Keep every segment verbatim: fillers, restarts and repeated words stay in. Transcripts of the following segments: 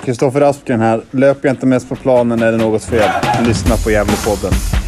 Kristoffer Aspgren här. Löper jag inte mest på planen är det något fel. Lyssna på Gävlepodden.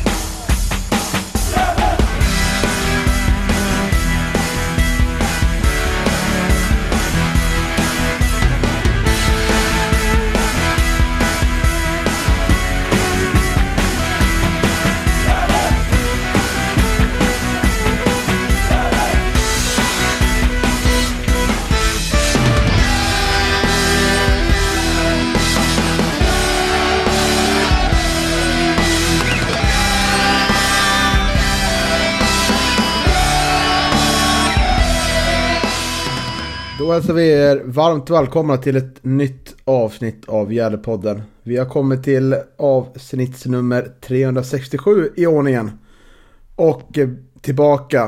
Då hälsar vi er varmt välkomna till ett nytt avsnitt av Gävlepodden. Vi har kommit till avsnittsnummer trehundrasextiosju i ordningen. Och tillbaka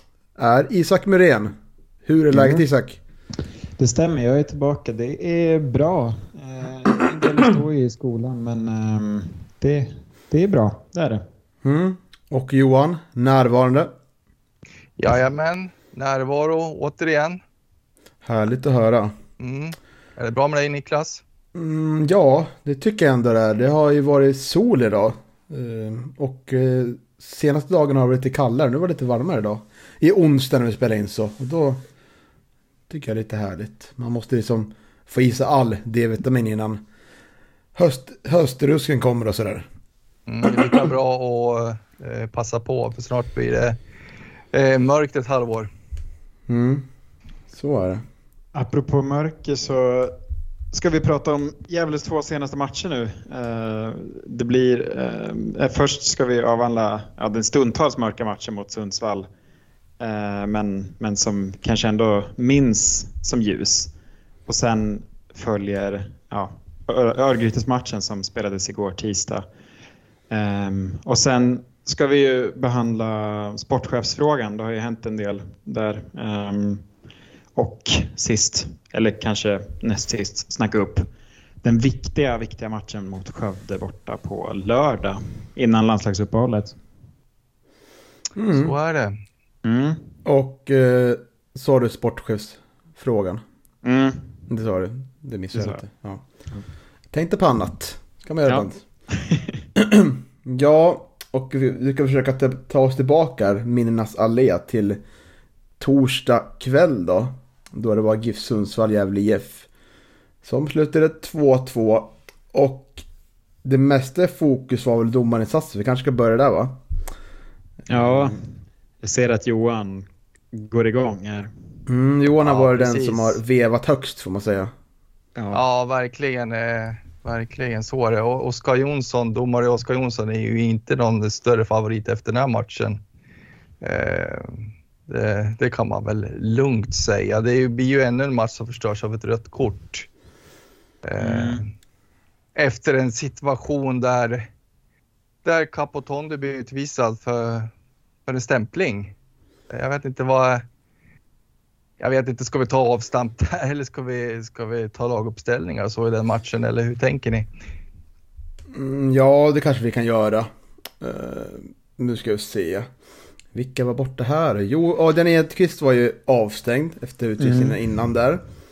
är Isak Myrén. Hur är läget, mm. Isak? Det stämmer, jag är tillbaka. Det är bra. Eh, en del står ju i skolan, men eh, det, det är bra. Det är det. Mm. Och Johan, närvarande? Jajamän, närvaro återigen. Härligt att höra. Mm. Är det bra med dig, Niklas? Mm, ja, det tycker jag ändå det är. Det har ju varit sol idag. Uh, och uh, senaste dagen har det varit lite kallare. Nu var det lite varmare idag. I onsdag när vi spelar in så. Och då tycker jag det är lite härligt. Man måste liksom få i sig all D-vitamin innan höst, höstrusken kommer och sådär. Mm, det är lika bra att uh, passa på. För snart blir det uh, mörkt ett halvår. Mm. Så är det. Apropå mörker så ska vi prata om Gävles två senaste matcher nu. Uh, det blir uh, först ska vi avhandla ja, den stundtals mörka matchen mot Sundsvall. Uh, men, men som kanske ändå minns som ljus. Och sen följer ja, Örgrytesmatchen som spelades igår tisdag. Um, och sen ska vi ju behandla sportchefsfrågan. Det har ju hänt en del där. Um, Och sist, eller kanske näst sist, snacka upp den viktiga, viktiga matchen mot Skövde borta på lördag innan landslagsuppehållet. Mm. Så är det. Mm. Och eh, sa du sportchefsfrågan? Mm. Det sa du, det missade jag inte. Ja. Mm. Tänkte på annat. Ska man göra ja. Ja, och vi, vi ska försöka ta, ta oss tillbaka minnenas allé till torsdag kväll då. Då det var GIF Sundsvall Gävle I F som slutade två två. Och det mesta fokus var väl domarinsatser. Vi kanske ska börja där, va? Ja, jag ser att Johan går igång här. Mm, Johan har ja, varit precis. Den som har vevat högst, får man säga. Ja, ja verkligen. Eh, verkligen så är det. Och Oskar Jonsson, domare Oskar Jonsson är ju inte någon större favorit efter den här matchen. Eh, Det, det kan man väl lugnt säga. Det blir ju ännu en match som förstörs av ett rött kort. Mm. Efter en situation där, där Capotondi blir utvisad för, för en stämpling. Jag vet inte vad... Jag vet inte, ska vi ta avstamp där eller ska vi, ska vi ta laguppställningar så i den matchen, eller hur tänker ni? Mm, ja, det kanske vi kan göra. Uh, nu ska vi se. Vilka var borta här? Jo, Adrian Edqvist var ju avstängd efter utvisningen mm. innan där.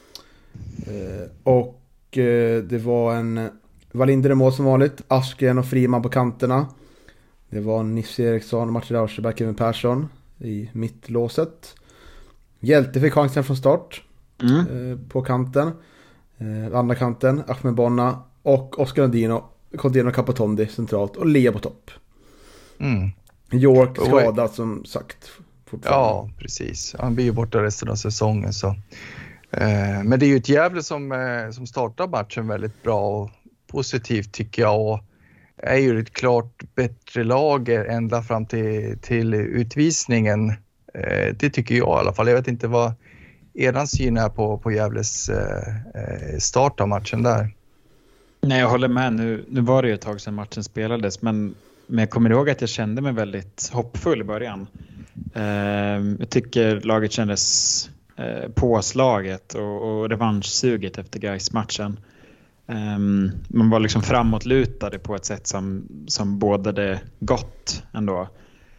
Eh, och eh, det var en Wallinder i mål som vanligt. Askren och Friman på kanterna. Det var Nisse Eriksson, Martin Rauschberg, Kevin Persson i mittlåset. Hjälte fick chansen från start mm. eh, på kanten. Eh, andra kanten, Ahmed Bonna och Oscar Ondino, Condino Capotondi centralt och Lea på topp. Mm. York skadad som sagt. Ja, precis. Han blir ju borta resten av säsongen. Så. Eh, men det är ju ett Gävle som, eh, som startar matchen väldigt bra och positivt tycker jag. Och är ju ett klart bättre lag ända fram till, till utvisningen. Eh, det tycker jag i alla fall. Jag vet inte vad eran syn är på, på Gävles eh, start av matchen där. Nej, jag håller med. Nu, nu var det ju ett tag sedan matchen spelades, men Men jag kommer ihåg att jag kände mig väldigt hoppfull i början. Uh, jag tycker laget kändes uh, påslaget och, och revanschsuget efter Gais-matchen. Um, man var liksom framåtlutade på ett sätt som, som bådade gott ändå.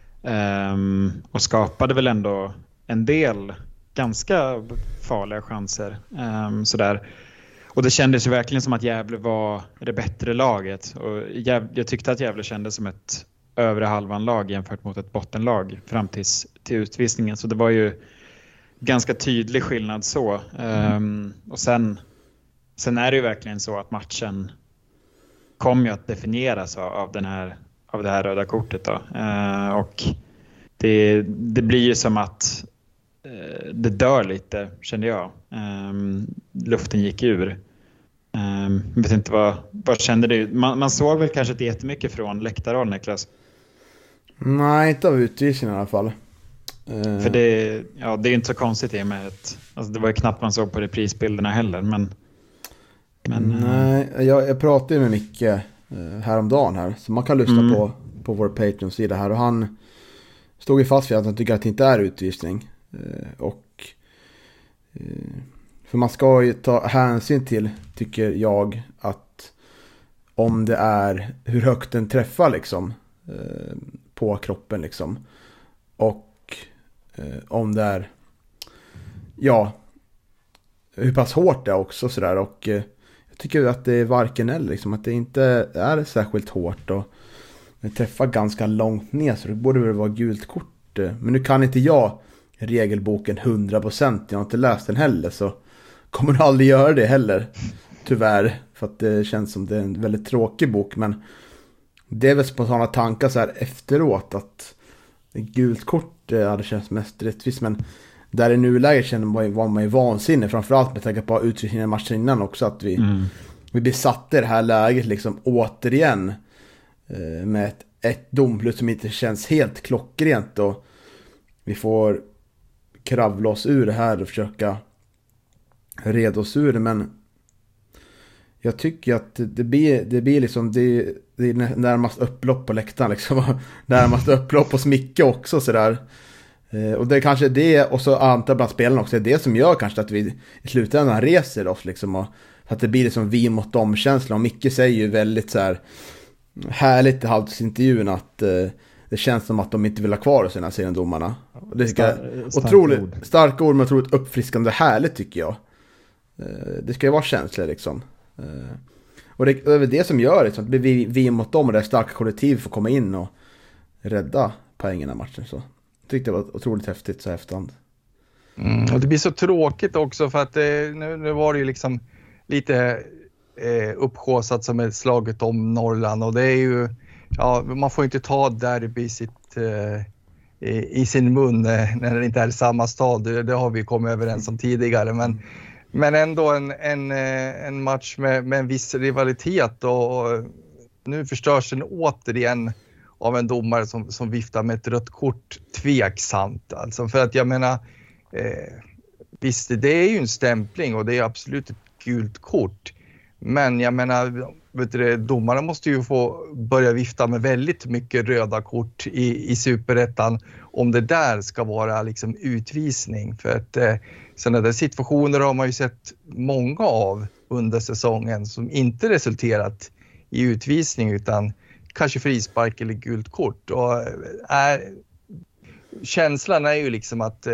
Um, och skapade väl ändå en del ganska farliga chanser. Um, sådär. och det kändes ju verkligen som att Gävle var det bättre laget. Och Gävle, jag tyckte att Gävle kändes som ett övre halvan lag jämfört mot ett bottenlag fram till, till utvisningen. Så det var ju ganska tydlig skillnad så. Mm. Um, och sen, sen är det ju verkligen så att matchen kommer ju att definieras av, av, den här, av det här röda kortet. Då. Uh, och det, det blir ju som att uh, det dör lite, kände jag. Um, luften gick ur. Um, jag vet inte vad, vad kände du? Man, man såg väl kanske inte jättemycket från läktarhåll, Niklas? Nej, inte av utvisningen i alla fall. Uh... För det, ja, det är ju inte så konstigt i och med att alltså det var ju knappt man såg på reprisbilderna heller. Men, men, Nej, jag, jag pratade ju med Micke uh, häromdagen här. Så man kan lyssna mm. på, på vår Patreon-sida här. Och han stod ju fast vid att han tycker att det inte är utvisning. Uh, och uh, för man ska ju ta hänsyn till, tycker jag, att om det är hur högt den träffar liksom uh, på kroppen liksom. Och eh, om det är ja hur pass hårt det är också sådär. Och eh, jag tycker att det är varken eller liksom, att det inte är särskilt hårt och det träffar ganska långt ner, så det borde väl vara gult kort. Eh. Men nu kan inte jag regelboken hundra procent, jag har inte läst den heller, så kommer du aldrig göra det heller tyvärr, för att det känns som det är en väldigt tråkig bok. Men det är väl spontana tankar så här efteråt att gult kort hade känts mest rättvist, men där i nuläget känner man, var man ju vansinnig, framförallt med tanke på utvisningen i matchen innan också, att vi, mm. vi blir satta i det här läget liksom återigen eh, med ett, ett domslut som inte känns helt klockrent, och vi får kravla oss ur det här och försöka reda oss ur det. Men jag tycker att det, det blir det blir liksom det, det är närmast upplopp på läktaren liksom, närmast upplopp på Micke också sådär. Eh, och det är kanske det, och så antar bland spelarna också, det är det som gör kanske att vi i slutändan reser oss liksom, och att det blir liksom vi mot dem känslan. Och Micke säger ju väldigt så här härligt i halvtidsintervjun att eh, det känns som att de inte vill ha kvar oss i den här serien, domarna. Och det ska Star- otroligt ord. starka ord, men otroligt uppfriskande härligt tycker jag. Eh, det ska ju vara känslor liksom. Uh, och det, det är väl det som gör det, så att vi, vi mot dem och det starka kollektiv får komma in och rädda poängen i matchen. Så jag tyckte det var otroligt häftigt så efterhand. Mm, och det blir så tråkigt också, för att eh, nu, nu var det ju liksom lite eh, uppsjåsat som ett slaget om Norrland, och det är ju, ja, man får inte ta derby i, sitt, eh, i, i sin mun eh, när det inte är samma stad. Det, det har vi kommit överens om tidigare, men Men ändå en, en, en match med, med en viss rivalitet, och nu förstörs den återigen av en domare som, som viftar med ett rött kort tveksamt. Alltså för att jag menar, eh, visst det är ju en stämpling och det är absolut ett gult kort. Men jag menar, vet du, domarna måste ju få börja vifta med väldigt mycket röda kort i, i superettan om det där ska vara liksom utvisning. För att eh, sådana där situationer har man ju sett många av under säsongen som inte resulterat i utvisning utan kanske frispark eller gult kort. Och är, känslan är ju liksom att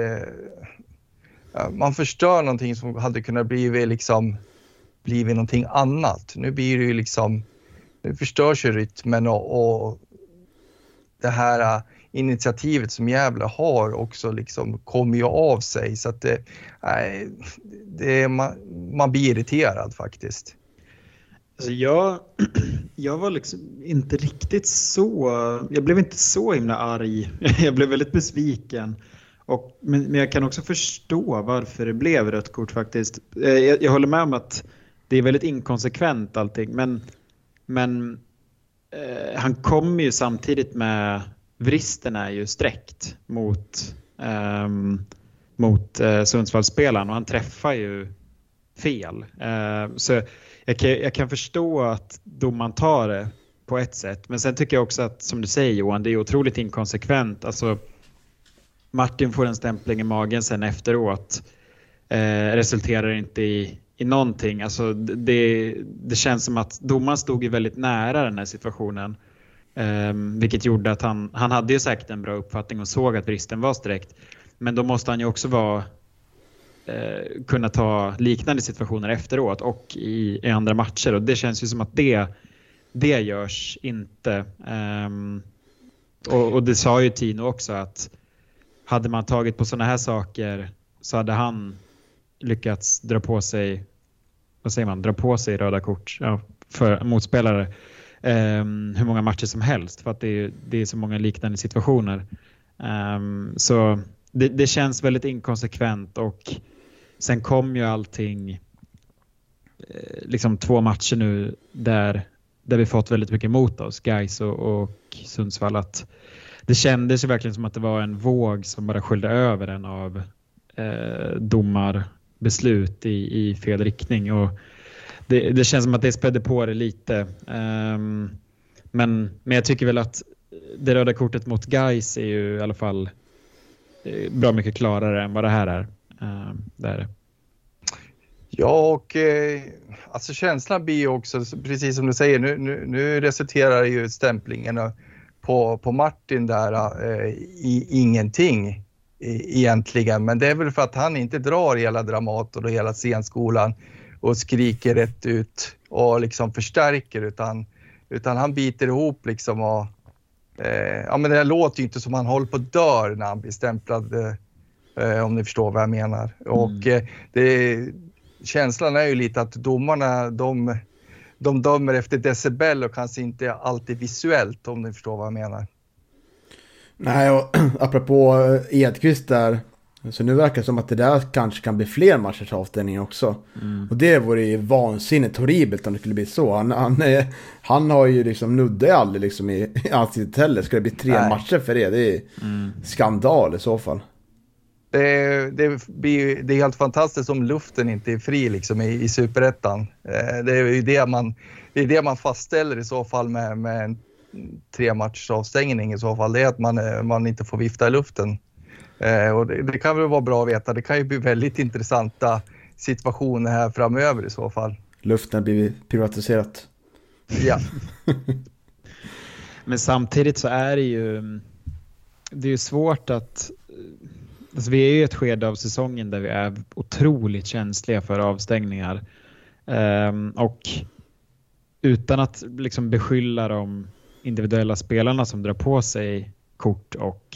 eh, man förstör någonting som hade kunnat bli liksom blivit någonting annat. Nu blir det ju liksom, nu förstörs ju rytmen och, och det här initiativet som Gävle har också liksom kommer ju av sig, så att det, nej, det man, man blir irriterad faktiskt. Alltså jag, jag var liksom inte riktigt så, jag blev inte så himla arg. Jag blev väldigt besviken. Och, men, men jag kan också förstå varför det blev rött kort faktiskt. Jag, jag håller med om att det är väldigt inkonsekvent allting. Men, men eh, han kommer ju samtidigt med, vristen är ju sträckt mot, eh, mot eh, Sundsvallsspelaren och han träffar ju fel. Eh, så jag kan, jag kan förstå att domaren tar det på ett sätt. Men sen tycker jag också att, som du säger Johan, det är otroligt inkonsekvent. Alltså Martin får en stämpling i magen sen efteråt. Eh, resulterar inte i, i någonting. Alltså det, det känns som att domaren stod ju väldigt nära den här situationen. Eh, vilket gjorde att han, han hade ju säkert en bra uppfattning och såg att vristen var sträckt. Men då måste han ju också vara eh, kunna ta liknande situationer efteråt och i, i andra matcher. Och det känns ju som att det, det görs inte. Um, och, och det sa ju Tino också, att hade man tagit på såna här saker så hade han lyckats dra på sig, vad säger man, dra på sig röda kort ja, för motspelare um, hur många matcher som helst, för att det är, det är så många liknande situationer. Um, så det, det känns väldigt inkonsekvent, och sen kom ju allting eh, liksom två matcher nu där, där vi fått väldigt mycket emot oss, Gais och, och Sundsvall, att det kändes ju verkligen som att det var en våg som bara sköljde över en av eh, domarbeslut i, i fel riktning, och det, det känns som att det spädde på det lite. Um, men, men jag tycker väl att det röda kortet mot Gais är ju i alla fall bra mycket klarare än vad det här är. Uh, det är det. Ja, och eh, alltså känslan blir ju också, precis som du säger, nu, nu, nu resulterar ju stämplingen på, på Martin där eh, i ingenting i, egentligen. Men det är väl för att han inte drar hela Dramaten och hela scenskolan och skriker rätt ut och liksom förstärker, utan, utan han biter ihop liksom och eh, ja, men det låter ju inte som han håller på dör när han blir stämplad, eh, om ni förstår vad jag menar. Mm. Och eh, det, känslan är ju lite att domarna, de, de dömer efter decibel och kanske inte alltid visuellt, om ni förstår vad jag menar. Nej, och apropå Edqvist där, så nu verkar det som att det där kanske kan bli fler matchers avstängning också. Mm. Och det vore ju vansinnigt horribelt om det skulle bli så. Han, han, är, han har ju liksom nuddat aldrig liksom i, i ansiktet heller. Ska det bli tre Nej. matcher för det? Det är mm. skandal i så fall. Det, det, blir, det är helt fantastiskt om luften inte är fri liksom i, i Superettan. Det är ju det man, det är det man fastställer i så fall med, med en tre matchers avstängning i så fall. Det är att man, man inte får vifta i luften. Och det, det kan väl vara bra att veta. Det kan ju bli väldigt intressanta situationer här framöver i så fall. Luften blir privatiserat. Ja. Men samtidigt så är det ju det är ju svårt att alltså vi är ju i ett skede av säsongen där vi är otroligt känsliga för avstängningar. Um, och utan att liksom beskylla de individuella spelarna som drar på sig kort och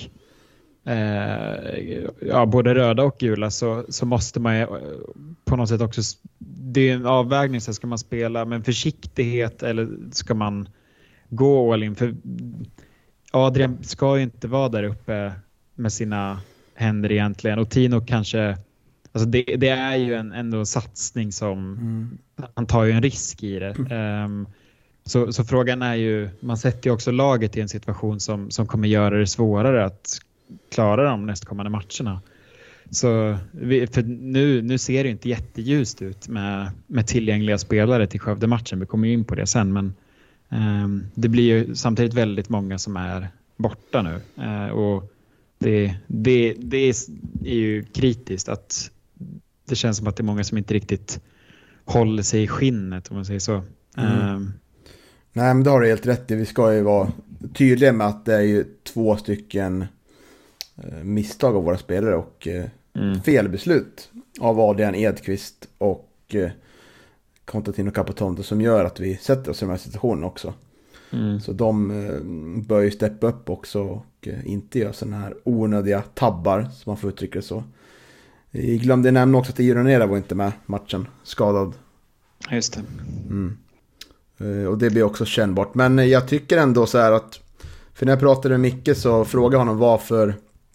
uh, ja, både röda och gula, så, så måste man ju på något sätt också, det är en avvägning, så ska man spela med försiktighet eller ska man gå all in, för Adrian ska ju inte vara där uppe med sina händer egentligen, och Tino kanske, alltså det, det är ju en ändå satsning som mm. han tar ju en risk i det. Um, så, så frågan är ju, man sätter ju också laget i en situation som, som kommer göra det svårare att klara de nästkommande matcherna. Så vi, för nu, nu ser det ju inte jätteljust ut med, med tillgängliga spelare till Skövde-matchen. Vi kommer ju in på det sen, men um, det blir ju samtidigt väldigt många som är borta nu. Uh, och Det, det, det är ju kritiskt att det känns som att det är många som inte riktigt håller sig i skinnet, om man säger så. Mm. Um. Nej, men det har du helt rätt i. Vi ska ju vara tydliga med att det är ju två stycken eh, misstag av våra spelare och eh, mm. felbeslut av Adrian Edqvist och eh, Konstantin och Capotonto som gör att vi sätter oss i de här situationerna också. Mm. Så de eh, bör ju steppa upp också och eh, inte göra sådana här onödiga tabbar, som man får uttrycka det så. Jag glömde nämna också att Ironera var inte med matchen, skadad. Just det. Mm. Eh, och det blir också kännbart. Men eh, jag tycker ändå så här att, för när jag pratade med Micke så frågade jag honom varför,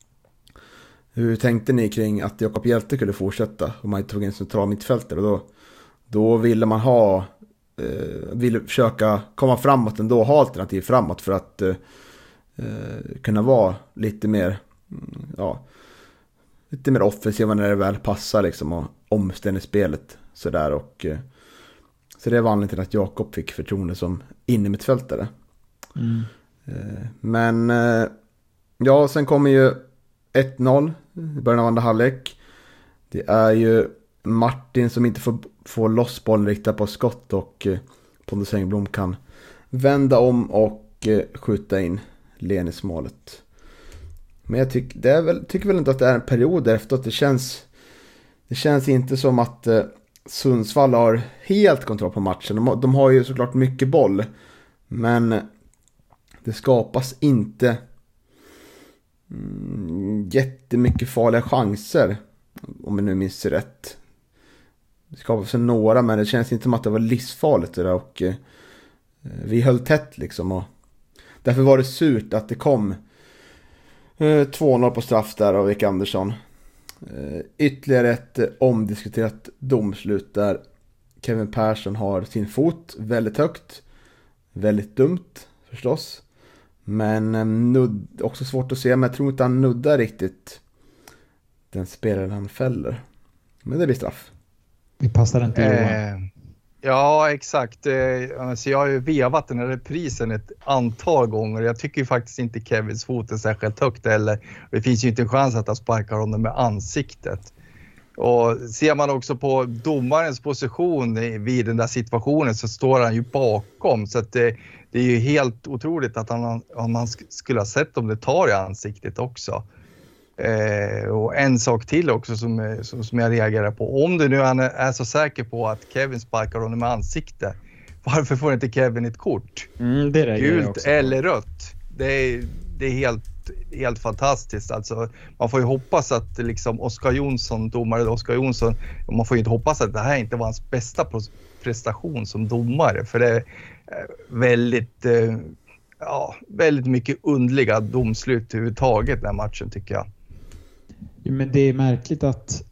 hur tänkte ni kring att Jakob Hjelte kunde fortsätta om man inte tog en central mittfältare, och då, då ville man ha vill försöka komma framåt ändå, ha alternativ framåt för att eh, kunna vara lite mer ja, lite mer offensiva när det väl passar liksom, och omställningsspelet sådär, och eh, så det var anledningen till att Jakob fick förtroende som inne mittfältare. Mm. Eh, men eh, ja, sen kommer ju ett noll i början av andra halvlek. Det är ju Martin som inte får, får loss bollen riktigt på skott, och eh, Pontus Engblom kan vända om och eh, skjuta in Lenis-målet. Men jag tyck, det är väl, tycker väl inte att det är en period efter att det känns det känns inte som att eh, Sundsvall har helt kontroll på matchen. De, de har ju såklart mycket boll, men det skapas inte mm, jättemycket farliga chanser, om jag nu minns rätt. Det skapas några, men det känns inte som att det var livsfarligt det där, och eh, vi höll tätt liksom, och därför var det surt att det kom eh, två noll på straff där av Erik Andersson. Eh, ytterligare ett eh, omdiskuterat domslut där Kevin Persson har sin fot väldigt högt. Väldigt dumt förstås. Men eh, nudd, också svårt att se, men jag tror inte han nuddar riktigt den spelaren han fäller. Men det blir straff. Vi passar inte eh, Ja, exakt. Eh, alltså jag har ju vevat den här reprisen ett antal gånger. Jag tycker ju faktiskt inte Kevins fot är särskilt högt eller. Det finns ju inte en chans att han sparkar honom med ansiktet. Och ser man också på domarens position vid den där situationen så står han ju bakom. Så att det, det är ju helt otroligt att han, om han skulle ha sett om det tar i ansiktet också. Eh, och en sak till också som, som, som jag reagerar på. Om du nu är, är så säker på att Kevin sparkar honom med ansikte, varför får inte Kevin ett kort? Mm, det gult eller rött? Det är, det är helt, helt fantastiskt. Alltså, man får ju hoppas att liksom Oskar Jonsson, domare Oskar Jonsson, man får ju inte hoppas att det här inte var hans bästa prestation som domare. För det är väldigt, ja, väldigt mycket underliga domslut överhuvudtaget den här matchen tycker jag. Ja, men det är märkligt att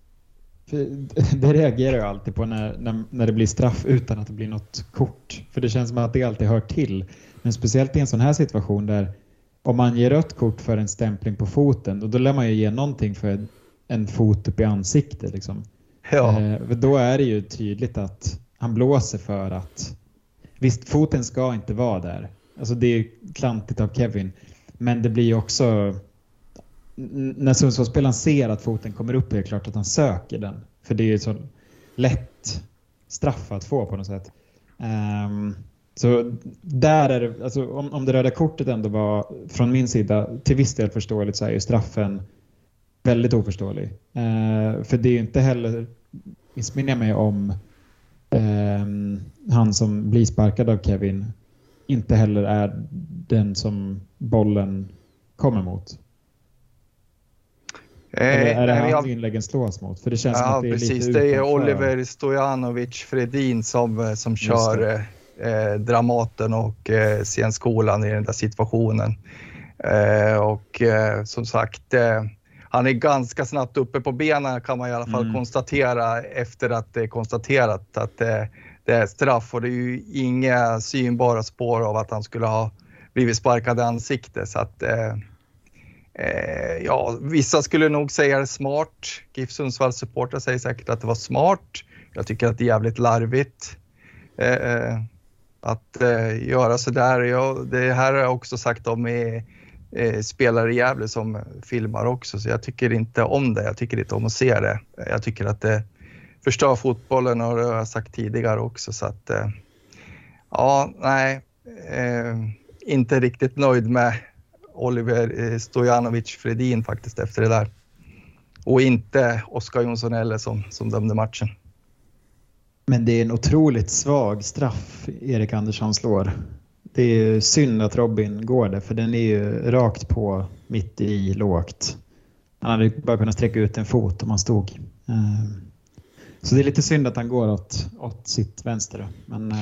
det reagerar jag alltid på när, när, när det blir straff utan att det blir något kort. För det känns som att det alltid hör till. Men speciellt i en sån här situation där om man ger rött kort för en stämpling på foten, och då lär man ju ge någonting för en, en fot upp i ansiktet. Liksom. Ja. Eh, då är det ju tydligt att han blåser för att visst, foten ska inte vara där. Alltså det är klantigt av Kevin. Men det blir ju också när Sundsvallsspelaren ser att foten kommer upp är det klart att han söker den. För det är ju så lätt straff att få på något sätt. Um, så där är det, alltså om, om det röda kortet ändå var från min sida till viss del förståeligt, så är ju straffen väldigt oförståelig. Uh, för det är ju inte heller, missminner jag mig om um, han som blir sparkad av Kevin inte heller är den som bollen kommer mot. Eller är det hans inläggen slås mot? För det känns ja, som att det är precis. lite det är utanför. Oliver Stojanovic Fredin som, som kör eh, Dramaten och eh, scenskolan i den där situationen. Eh, och eh, som sagt, eh, han är ganska snabbt uppe på benen kan man i alla fall mm. konstatera efter att det är konstaterat att eh, det är straff. Och det är ju inga synbara spår av att han skulle ha blivit sparkad i ansiktet. Så att... Eh, Eh, ja, vissa skulle nog säga det smart. GIF Sundsvalls supportrar säger säkert att det var smart. Jag tycker att det är jävligt larvigt eh, att eh, göra sådär. Jag, det här har jag också sagt om eh, eh, spelare i Gävle som filmar också. Så jag tycker inte om det. Jag tycker inte om att se det. Jag tycker att det förstör fotbollen, och det har jag sagt tidigare också. Så att eh, ja, nej. Eh, inte riktigt nöjd med Oliver Stojanovic Fredin faktiskt efter det där. Och inte Oskar Jonsson eller som, som dömde matchen. Men det är en otroligt svag straff Erik Andersson slår. Det är ju synd att Robin går där, för den är ju rakt på mitt i lågt. Han hade bara kunnat sträcka ut en fot om han stod. Så det är lite synd att han går åt, åt sitt vänster. Men...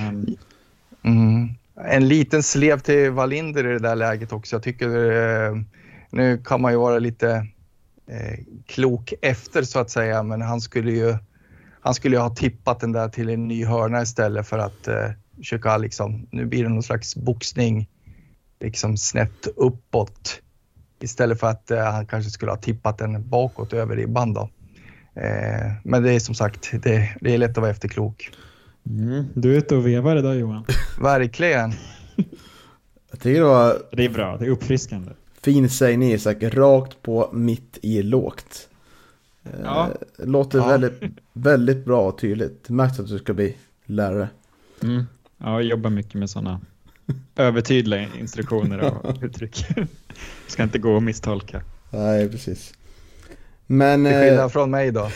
Mm. En liten slev till Wallinder i det där läget också. Jag tycker, eh, nu kan man ju vara lite eh, klok efter så att säga. Men han skulle ju han skulle ju ha tippat den där till en ny hörna istället för att eh, försöka liksom, nu blir det någon slags boxning liksom snett uppåt. Istället för att eh, han kanske skulle ha tippat den bakåt över ribban då. Eh, men det är som sagt, det, det är lätt att vara efterklok. Mm, du är ute och vevar idag, Johan. Verkligen. Jag tycker det var... Det är bra, det är uppfriskande. Fin sägning, Isak. Rakt på mitt i lågt. Ja. Låter ja. väldigt, väldigt bra och tydligt. Märks att du ska bli lärare. Mm. Ja, jag jobbar mycket med sådana övertydliga instruktioner och uttryck. Ska inte gå och misstolka. Nej, precis. Men, till skillnad från mig då.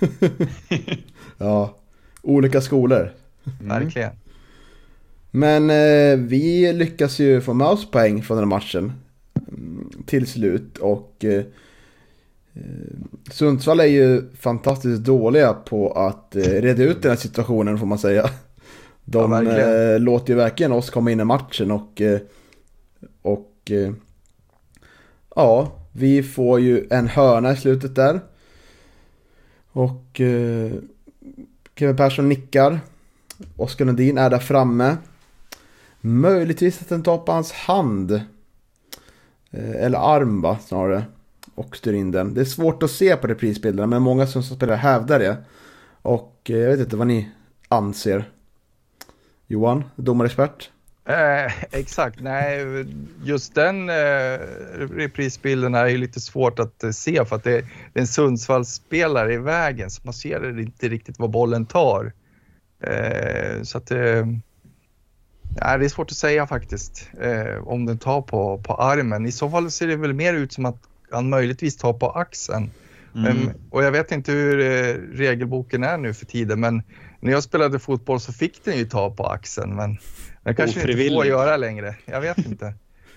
Ja, olika skolor. Mm. Verkligen. Men eh, vi lyckas ju få med oss poäng från den här matchen till slut. Och eh, Sundsvall är ju fantastiskt dåliga på att eh, reda ut den här situationen, får man säga. De ja, eh, låter ju verkligen oss komma in i matchen. Och, eh, och eh, ja, vi får ju en hörna i slutet där. Och eh, Kevin Persson nickar. Oskar Lundin är där framme. Möjligtvis att den tar på hans hand. Eh, eller arm, va, snarare. Och styr in den. Det är svårt att se på reprisbilderna, men många som spelar hävdar det. Och eh, jag vet inte vad ni anser. Johan, domarexpert? Eh, exakt, nej, just den eh, reprisbilden är ju lite svårt att eh, se, för att det, det är en Sundsvall-spelare i vägen, så man ser inte riktigt vad bollen tar. Eh, så att eh, nej, det är svårt att säga faktiskt, eh, om den tar på, på armen. I så fall ser det väl mer ut som att han möjligtvis tar på axeln. Mm. Um, och jag vet inte hur eh, regelboken är nu för tiden, men när jag spelade fotboll så fick den ju ta på axeln, men det kanske inte får göra längre. Jag vet inte.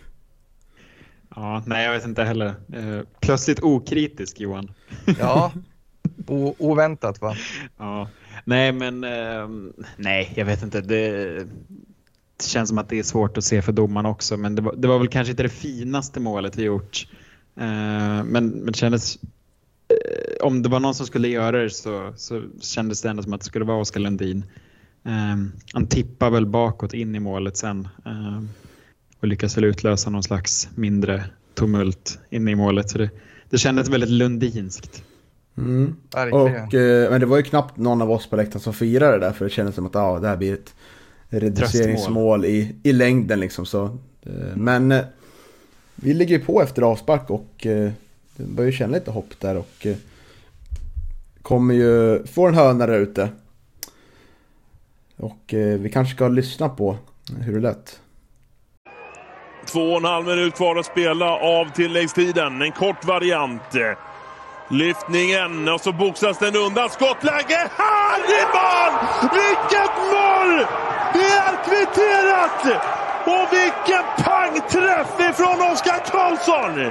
Ja, nej, jag vet inte heller. Eh, plötsligt okritisk, Johan. Ja, o- oväntat, va? Ja, nej, men eh, nej, jag vet inte. Det, det känns som att det är svårt att se för domaren också, men det var, det var väl kanske inte det finaste målet vi gjort. Eh, men, men det kändes, eh, om det var någon som skulle göra det, så, så kändes det ändå som att det skulle vara Oskar Lundin. Um, han tippar väl bakåt in i målet sen um, och lyckas väl utlösa någon slags mindre tumult in i målet, så det, det kändes väldigt lundinskt. Mm. Och, eh, men det var ju knappt någon av oss på läktaren som firade det där, för det kändes som att ah, det här blir ett reduceringsmål i, i längden liksom, så, eh, men eh, vi ligger ju på efter avspark och eh, det börjar ju känna lite hopp där, och eh, kommer ju få en hörna där ute. Och eh, vi kanske ska lyssna på hur det lät. Två och en halv minut kvar att spela av tilläggstiden. En kort variant. Lyftningen och så boxas den undan. Skottläge! Harriman! Vilket mål! Det är kvitterat! Och vilken pangträff ifrån Oskar Karlsson!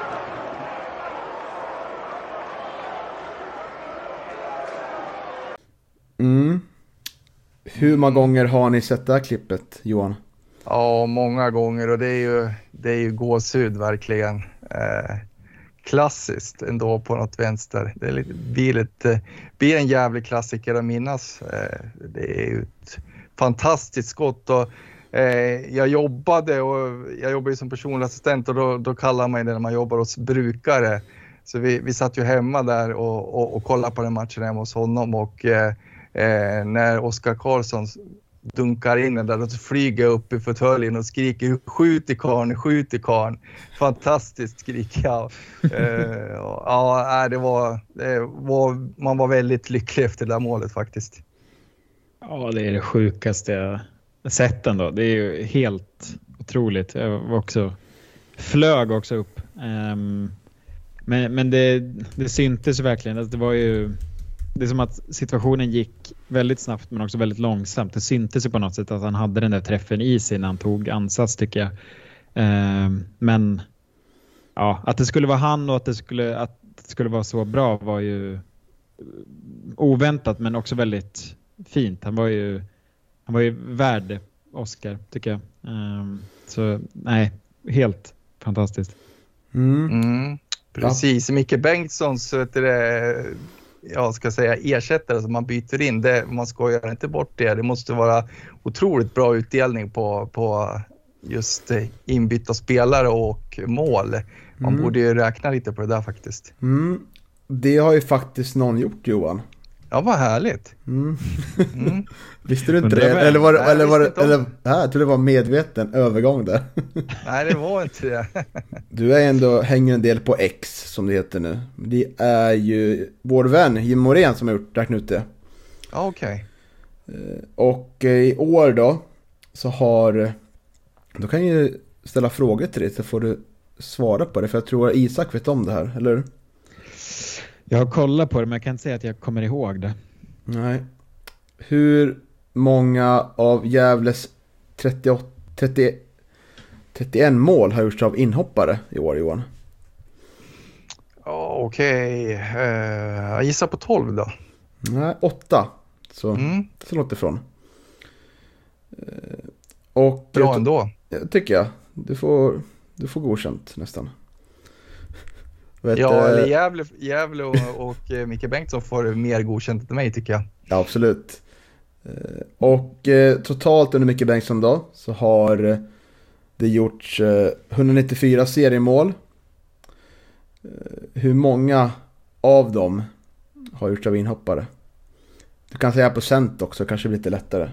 Mm. Hur många gånger har ni sett det här klippet, Johan? Ja, många gånger, och det är ju, det är ju gåshud verkligen. Eh, klassiskt ändå på något vänster. Det är lite, blir, lite, blir en jävlig klassiker att minnas. Eh, det är ju ett fantastiskt skott, och eh, jag jobbade och jag jobbade ju som personlig assistent, och då, då kallar man det när man jobbar hos brukare. Så vi, vi satt ju hemma där och, och, och kollade på den matchen hemma hos honom, och eh, Eh, när Oskar Karlsson dunkar in den där, så flyger jag upp i fåtöljen och skriker skjut i karn, skjut i karn. Fantastiskt skrik jag. Eh, ja, det var, det var, man var väldigt lycklig efter det där målet faktiskt. Ja, det är det sjukaste jag sett ändå. Det är ju helt otroligt. Jag var också, flög också upp. Um, men men det, det syntes verkligen. Alltså, det var ju... Det är som att situationen gick väldigt snabbt, men också väldigt långsamt. Det syntes ju på något sätt att han hade den där träffen i sig när han tog ansats, tycker jag. Eh, men ja, att det skulle vara han och att det skulle, att det skulle vara så bra var ju oväntat, men också väldigt fint. Han var ju, han var ju värd Oscar, tycker jag. Eh, så nej, helt fantastiskt. Mm. Mm, precis, ja. Micke Bengtssons, vet du det, jag ska säga ersättare som man byter in, det, man ska göra inte bort det. Det måste vara otroligt bra utdelning på, på just inbytta spelare och mål. Man mm. borde ju räkna lite på det där faktiskt. Mm. Det har ju faktiskt någon gjort, Johan. Ja, vad härligt. Mm. Mm. Visste du inte det? det? Eller var det, Nej, eller var det, eller, här, jag tror det var medveten övergång där. Nej, det var inte det. Du är ändå, hänger en del på X, som det heter nu. Det är ju vår vän Jim Morén som har gjort räknat ut det. Ja, okej. Okay. Och i år då så har, då kan jag ju ställa frågor till dig, så får du svara på det, för jag tror att Isak vet om det här, eller hur? Jag har kollat på det men jag kan inte säga att jag kommer ihåg det. Nej. Hur många av Gävles trettioåtta, trettio, trettioett mål har gjorts av inhoppare i år, Johan? Ja, okej. Okay. Uh, jag gissar på tolv då. Nej, åtta. Så, mm. så långt ifrån. Uh, och Bra ändå. Jag tycker jag. Du får, du får godkänt nästan. Vet, ja, eller Gävle, Gävle och, och Micke Bengtsson får mer godkänt än mig tycker jag. Ja, absolut. Och eh, totalt under Micke Bengtsson då så har det gjorts eh, etthundranittiofyra seriemål. Eh, hur många av dem har gjorts av inhoppare? Du kan säga procent också, kanske blir lite lättare.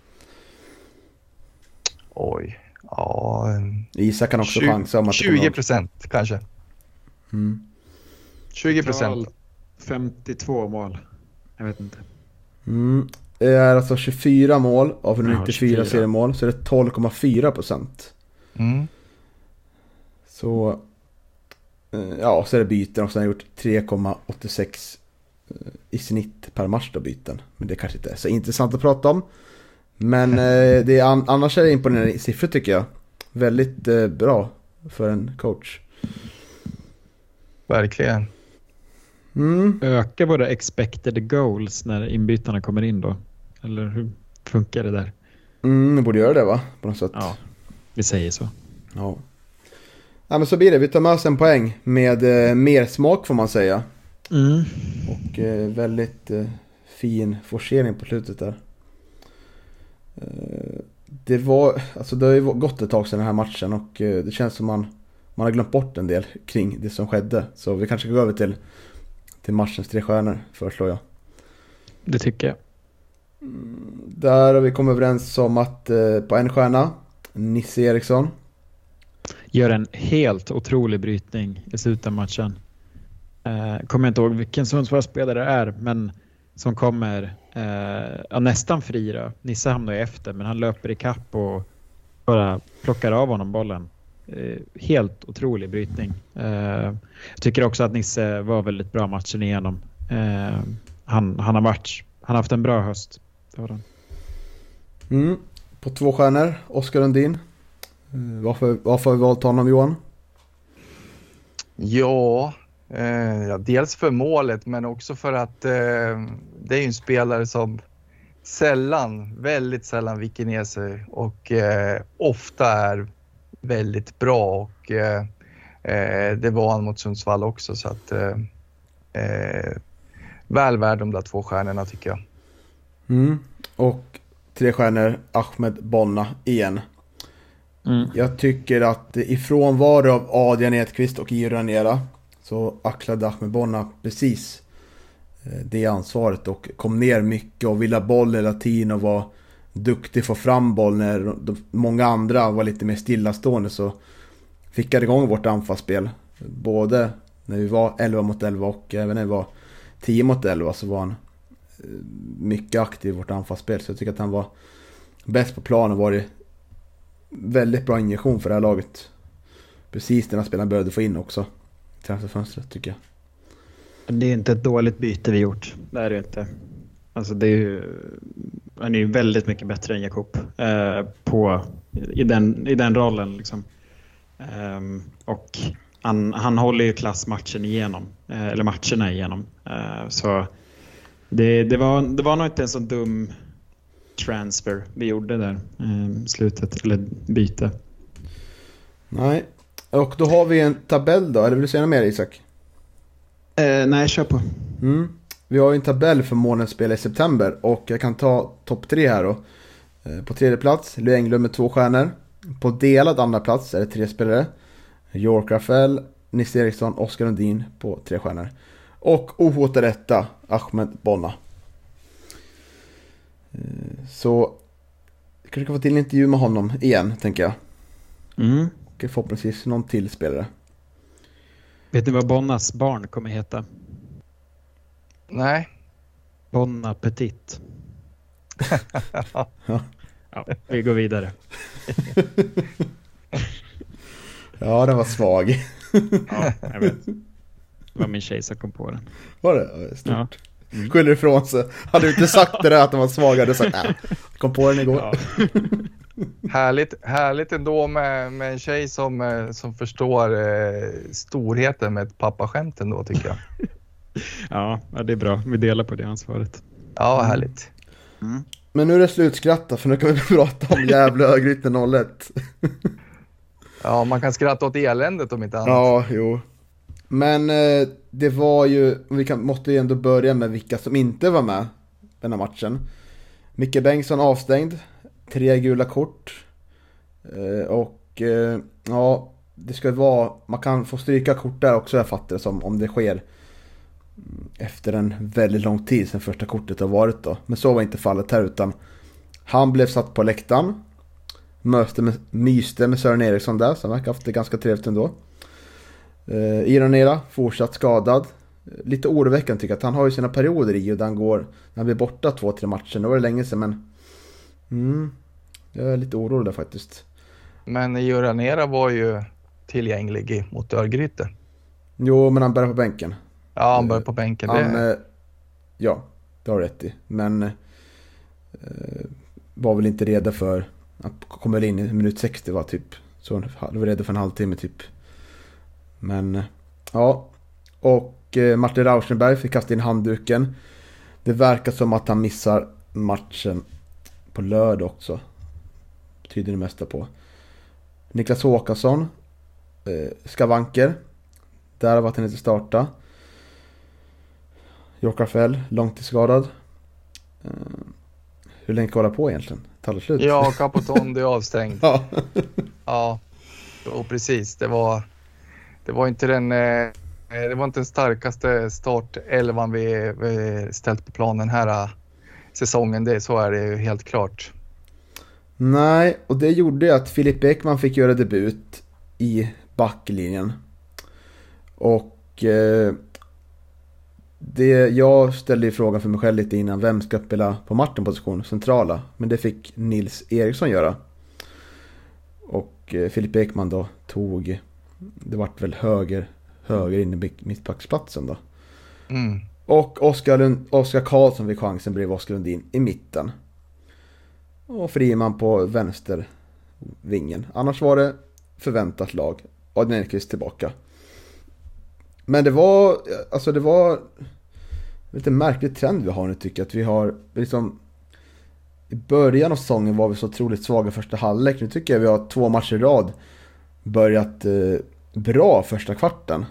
Oj, ja... Isak kan också chansa om att tjugo procent kanske. Mm. tjugo procent. femtiotvå mål. Jag vet inte. Mm. Det är alltså tjugofyra mål av etthundranittiofyra ja, seriemål, så det är tolv komma fyra procent. Mm. Så ja, så är det byten och sen har gjort tre komma åttiosex i snitt per match då byten. Men det kanske inte är så intressant att prata om. Men eh, det är an- annars är det imponerande siffror tycker jag. Väldigt eh, bra för en coach. Verkligen. Mm. Ökar både expected goals när inbytarna kommer in då? Eller hur funkar det där? Mm, borde göra det va? På något sätt. Ja, vi säger så. Ja. Ja, men så blir det. Vi tar med oss en poäng med eh, mer smak får man säga. Mm. Och eh, väldigt eh, fin forcering på slutet där. Eh, det var, alltså det har ju gått ett tag sedan den här matchen och eh, det känns som man, man har glömt bort en del kring det som skedde. Så vi kanske ska gå över till, till matchens tre stjärnor, föreslår jag. Det tycker jag. Mm, där har vi kommit överens om att eh, på en stjärna, Nisse Eriksson. Gör en helt otrolig brytning i slutet av matchen. Eh, kommer inte ihåg vilken Sundsvallsspelare det är, men som kommer eh, ja, nästan fri då. Nisse hamnar ju efter, men han löper i kapp och bara plockar av honom bollen. Eh, helt otrolig brytning. Eh, jag tycker också att Nisse var väldigt bra matchen igenom. Eh, han, han har varit, han har haft en bra höst. Det var den. Mm. På två stjärnor, Oskar Lundin. Varför, varför har vi valt honom, Johan? Ja, eh, ja, dels för målet men också för att eh, det är ju en spelare som sällan, väldigt sällan viker ner sig och eh, ofta är väldigt bra och eh, eh, det var han mot Sundsvall också så att eh, eh, väl värd de där två stjärnorna tycker jag. Mm. Och tre stjärnor, Ahmed Bonna igen. Mm. Jag tycker att ifrån var av Adrian Edqvist och Ivo Ranera så acklade Ahmed Bonna precis det ansvaret och kom ner mycket och ville ha boll hela tiden och var duktig att få fram boll när många andra var lite mer stillastående, så fick jag igång vårt anfallsspel både när vi var elva mot elva och även när vi var tio mot elva så var han mycket aktiv i vårt anfallsspel, så jag tycker att han var bäst på planen och var det väldigt bra injektion för det här laget. Precis den här spelaren började få in också i transferfönstret tycker jag. Det är inte ett dåligt byte vi gjort. Det är det inte. Alltså det är ju, han är ju väldigt mycket bättre än Jakob eh, på, i, den, i den rollen liksom. Um, och han, han håller ju klassmatchen igenom. Eh, eller matcherna igenom. Eh, så det, det, var, det var nog inte en så dum transfer vi gjorde där eh, slutet, eller byte. Nej, och då har vi en tabell då, eller vill du säga något mer Isak? Eh, nej, kör på. Mm. Vi har ju en tabell för månadens spel i september och jag kan ta topp tre här då. Eh, på tredje plats, Lou Englund med två stjärnor. På delad andra plats är det tre spelare. York Rafael, Nisse Eriksson, Oskar Lundin på tre stjärnor. Och ohotad etta, Ahmed Bonna. Så jag kanske kan få till en intervju med honom igen, tänker jag. Mm. Och förhoppningsvis någon till spelare. Vet ni vad Bonnas barn kommer heta? Nej. Bonna Petit. Ja. Ja, vi går vidare. Ja, den var svag. Ja, jag vet. Det var min tjej som kom på den. Var det? Ja, stort. Ja. Mm. Skyller ifrån sig. Hade du inte sagt det där att de var svaga, hade du sagt nej. Kom på den igår. Ja. Härligt, härligt ändå med, med en tjej som, eh, som förstår eh, storheten med ett pappaskämt ändå, tycker jag. Ja, ja, det är bra. Vi delar på det ansvaret. Ja, härligt. Mm. Men nu är det slutskratta, för nu kan vi prata om jävla Örgryte noll ett. Ja, man kan skratta åt eländet om inte annat. Ja, jo. Men eh, det var ju, vi kan, måste ju ändå börja med vilka som inte var med den här matchen. Micke Bengtsson avstängd, tre gula kort. Eh, och eh, ja, det ska vara, man kan få stryka kort där också, jag fattar det som, om det sker efter en väldigt lång tid sedan första kortet har varit då. Men så var inte fallet här, utan han blev satt på läktaren. Möste med, myste med Sören Eriksson där, som verkar haft det ganska trevligt ändå. Eh, Ironera, fortsatt skadad. Lite oroväckande tycker jag, att han har ju sina perioder i och han går, när han blir borta två, tre matcher. Nu var det länge sedan, men mm, jag är lite orolig där faktiskt. Men Ironera var ju tillgänglig mot Örgryte. Jo, men han börjar på bänken. Ja, han började på bänken. Han, det... eh, ja, det har rätt i. Men eh, var väl inte redo för att komma in i minut sextio var typ. Så han var redo för en halvtimme typ. Men ja. Och eh, Martin Rauschenberg fick kasta in handduken. Det verkar som att han missar matchen på lördag också. Tyder det mesta på. Niklas Håkansson eh, skavanker. Där var att han inte starta. Jorkarfell, långtidsskadad. Uh, hur länge kan hålla på egentligen? Tar slut? Ja, Capotondi är avstängd. Ja. Ja, och precis. Det var, det var inte den, eh, det var inte den starkaste startelvan vi, vi ställt på planen här uh, säsongen. Det, så är det ju helt klart. Nej, och det gjorde att Filip Ekman fick göra debut i backlinjen. Och eh, det, jag ställde ju frågan för mig själv lite innan, vem ska spela på Martin-position, centrala. Men det fick Nils Eriksson göra. Och eh, Filip Ekman då tog, det vart väl höger, höger in i mittbacksplatsen då. Mm. Och Oskar, Lund, Oskar Karlsson fick chansen bredvid Oskar Lundin i mitten. Och Friman på vänstervingen. Annars var det förväntat lag. Adrian Elkvist tillbaka. Men det var, alltså det var lite märklig trend vi har nu tycker jag. Att vi har liksom, i början av säsongen var vi så otroligt svaga första halvlek. Nu tycker jag vi har två matcher i rad börjat eh, bra första kvarten.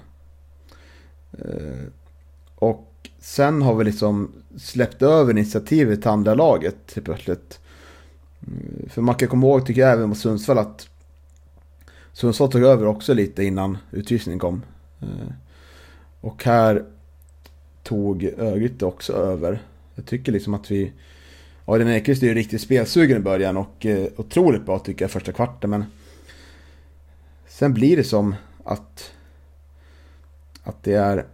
Eh, och sen har vi liksom släppt över initiativet till andra laget till plötsligt. Mm, för man kan komma ihåg, tycker jag, även mot Sundsvall att Sundsvall tog över också lite innan utvisningen kom. Eh, och här tog Örgryte också över. Jag tycker liksom att vi, ja, den Ekvist är ju riktigt spelsugen i början och eh, otroligt bra tycker jag första kvarten, men sen blir det som att att det är,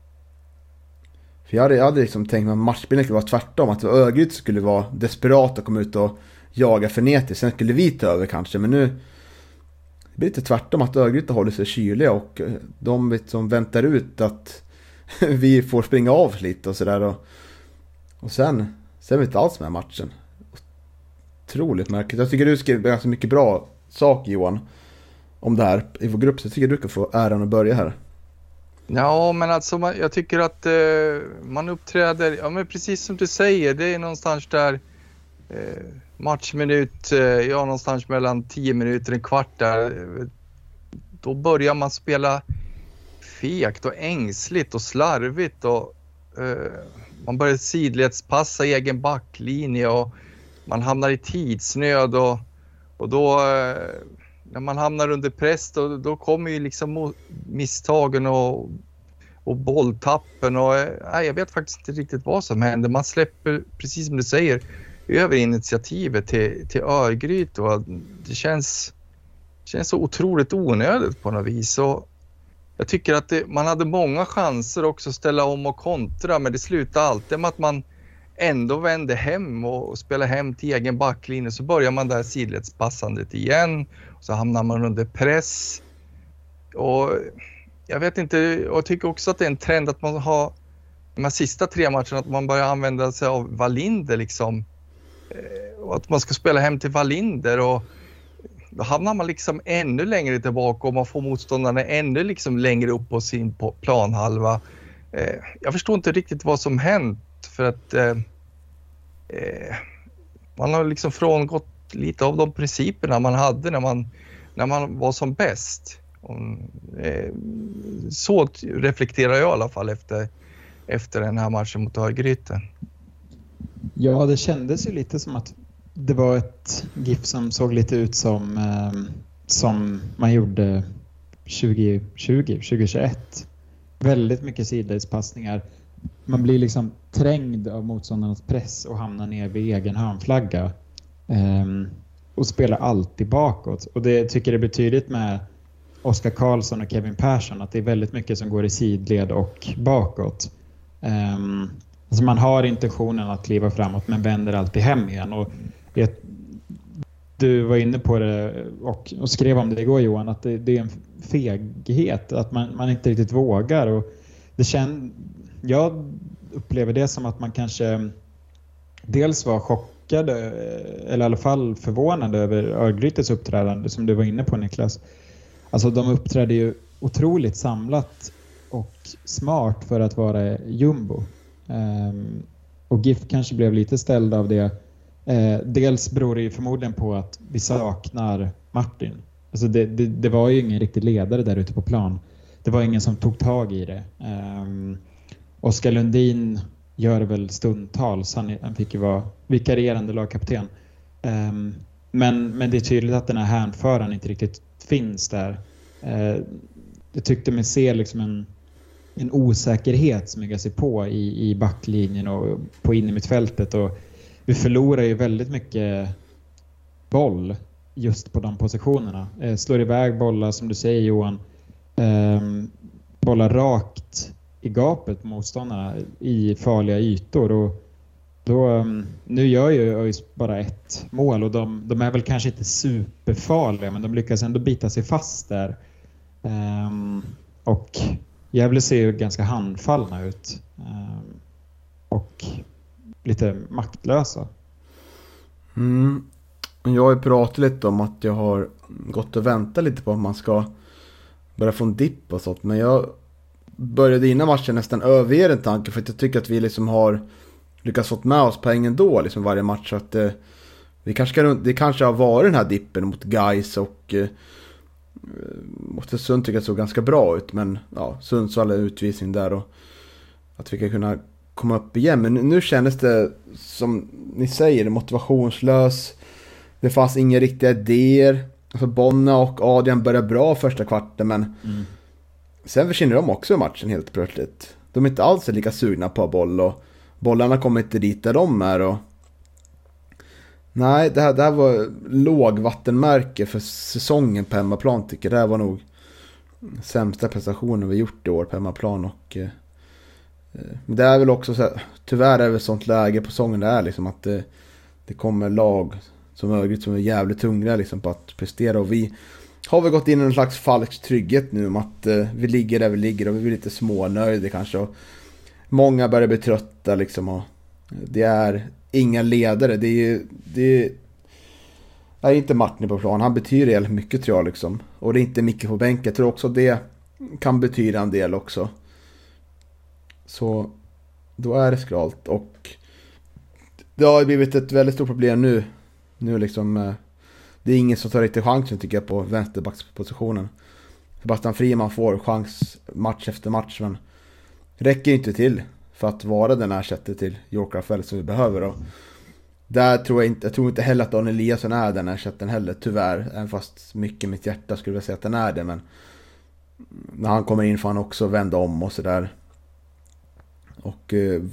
för jag hade, jag hade liksom tänkt att matchbilden skulle vara tvärtom, att Örgryte skulle vara desperat och komma ut och jaga frenetiskt, sen skulle vi ta över kanske, men nu det blir lite tvärtom, att Örgryte håller sig kyliga och de som väntar ut att vi får springa av lite och sådär, och, och sen sen är vi inte alls med matchen. Otroligt märkligt. Jag tycker du skrev ganska mycket bra saker, Johan, om det här i vår grupp, så jag tycker du kan få äran att börja här. Ja, men alltså man, jag tycker att eh, man uppträder, ja men precis som du säger, det är någonstans där eh, matchminut, eh, ja någonstans mellan tio minuter och en kvart där, eh, då börjar man spela fegt och ängsligt och slarvigt och eh, man börjar sidledspassa i egen backlinje och man hamnar i tidsnöd och, och då eh, när man hamnar under press då, då kommer ju liksom misstagen och, och bolltappen och nej, jag vet faktiskt inte riktigt vad som händer. Man släpper, precis som du säger, över initiativet till, till Örgryte och det känns, känns så otroligt onödigt på något vis. Och jag tycker att det, man hade många chanser också att ställa om och kontra, men det slutade alltid med att man ändå vände hem och, och spelade hem till egen backlinje. Så börjar man där sidledspassandet igen och så hamnar man under press. Och jag vet inte, jag tycker också att det är en trend att man har de här sista tre matcherna att man börjar använda sig av Wallinder liksom. Och att man ska spela hem till Wallinder och då hamnar man liksom ännu längre tillbaka och man får motståndarna ännu liksom längre upp på sin planhalva. Jag förstår inte riktigt vad som hänt för att eh, man har liksom frångått lite av de principerna man hade när man, när man var som bäst. Och, eh, så reflekterar jag i alla fall efter, efter den här matchen mot Örgryte. Ja, det kändes ju lite som att det var ett GIF som såg lite ut som, eh, som man gjorde tjugo tjugo, tjugo tjugoett. Väldigt mycket sidledspassningar. Man blir liksom trängd av motståndarnas press och hamnar ner vid egen hörnflagga. Um, och spelar alltid bakåt. Och det tycker jag är betydligt med Oskar Karlsson och Kevin Persson att det är väldigt mycket som går i sidled och bakåt. Um, alltså man har intentionen att kliva framåt men vänder alltid hem igen. Och det, du var inne på det och, och skrev om det igår, Johan, att det, det är en feghet att man, man inte riktigt vågar. Och det känd, jag upplever det som att man kanske dels var chockade eller i alla fall förvånade över Örgrytes uppträdande som du var inne på, Niklas. Alltså de uppträdde ju otroligt samlat och smart för att vara jumbo. Um, och GIF kanske blev lite ställd av det. Uh, dels beror det ju förmodligen på att vi saknar Martin. Alltså det, det, det var ju ingen riktig ledare där ute på plan. Det var ingen som tog tag i det. Um, Oskar Lundin gör väl stundtals. Han, han fick ju vara vikarierande lagkapten. Um, men, men det är tydligt att den här hänföraren inte riktigt finns där. Uh, jag tyckte mig se liksom en, en osäkerhet smyga sig på i, i backlinjen och på in i mittfältet. Och vi förlorar ju väldigt mycket boll just på de positionerna. Uh, slår iväg bollar, som du säger, Johan. Um, bollar rakt i gapet på motståndarna i farliga ytor. Och då, um, nu gör ju ÖIS bara ett mål och de, de är väl kanske inte superfarliga, men de lyckas ändå bita sig fast där. Um, och Gävle ser ju ganska handfallna ut um, och lite maktlösa. Mm. Jag har ju pratat lite om att jag har gått och väntat lite på att man ska börja få en dipp och sånt, men jag började innan matchen nästan överge den tanken, för att jag tycker att vi liksom har lyckats fått med oss poängen då liksom varje match, så att eh, vi kanske kan, det kanske har varit den här dippen mot Gais och eh, mot Sund tycker jag såg ganska bra ut, men ja, Sundsvall är utvisning där och att vi kan kunna komma upp igen, men nu kändes det som ni säger motivationslös. Det fanns inga riktiga idéer. Alltså Bonna och Adrian började bra första kvarten, men mm. sen försvinner de också i matchen helt plötsligt. De är inte alls lika sugna på boll och bollarna kommer inte dit där de är. Och nej, det här, det här var lågvattenmärke för säsongen på hemmaplan, tycker jag. Det här var nog sämsta prestationen vi gjort i år på hemmaplan. Och eh, det är väl också så här, tyvärr är det ett sånt läge på säsongen det är liksom att det, det kommer lag som Örgryte som är jävligt tunga liksom på att prestera, och vi har väl gått in i en slags falsk trygghet nu om att eh, vi ligger där vi ligger och vi blir lite smånöjda kanske, och många börjar bli trötta liksom, och det är inga ledare, det är det är inte Martin på plan, han betyder helt mycket tror jag liksom, och det är inte Micke på bänken, jag tror också det kan betyda en del också, så då är det skralt, och det har blivit ett väldigt stort problem nu nu liksom, det är ingen som tar riktigt chansen tycker jag på vänsterbackspositionen. Sebastian Friman får chans match efter match, men räcker inte till för att vara den ersättare till York Rafael som vi behöver. Och där tror jag inte, jag tror inte heller att Daniel Eliasson är den ersättaren heller, tyvärr. Även fast mycket i mitt hjärta skulle jag säga att den är det, men när han kommer in får han också vända om och sådär. Och eh,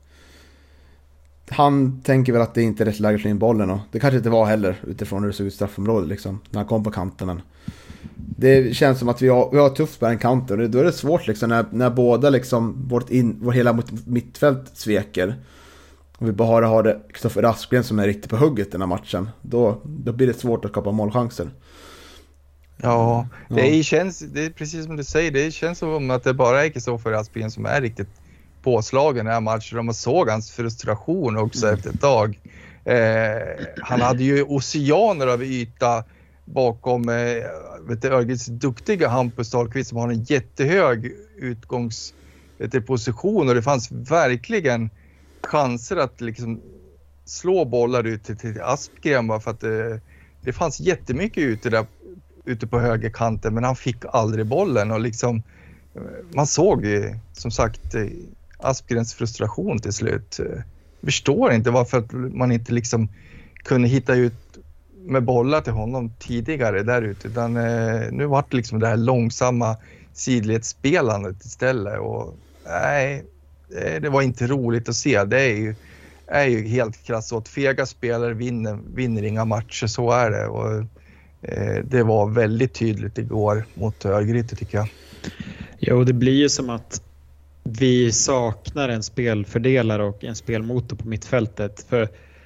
han tänker väl att det inte är rätt läge att slå in bollen, och det kanske inte var heller utifrån hur det såg ut straffområdet liksom, när han kom på kanten, men det känns som att vi har, vi har tufft på den kanten, och då är det svårt liksom när, när båda liksom vårt, in, vår hela mittfält sveker och vi bara har det Kristoffer Raskgren som är riktigt på hugget den här matchen, då, då blir det svårt att skapa målchanser. Ja, det, är, känns, det är precis som du säger, det känns som att det bara är Kristoffer Aspgren som är riktigt påslagen i den här matchen. Man såg hans frustration också mm. efter ett tag. Eh, han hade ju oceaner av yta bakom eh, vet du, Örgrits duktiga Hampus Dahlqvist som har en jättehög utgångsposition, och det fanns verkligen chanser att liksom slå bollar ut till, till Aspgren bara för att det, det fanns jättemycket ute där ute på högerkanten, men han fick aldrig bollen, och liksom man såg som sagt Aspgrens frustration till slut. Jag förstår inte varför att man inte liksom kunde hitta ut med bollar till honom tidigare där ute, utan eh, nu var det liksom det här långsamma sidledsspelandet istället, och nej, det var inte roligt att se. Det är ju, är ju helt krasst så att fega spelare vinner, vinner inga matcher, så är det, och eh, det var väldigt tydligt igår mot Örgryte tycker jag. Jo, det blir ju som att vi saknar en spelfördelare och en spelmotor på mittfältet, för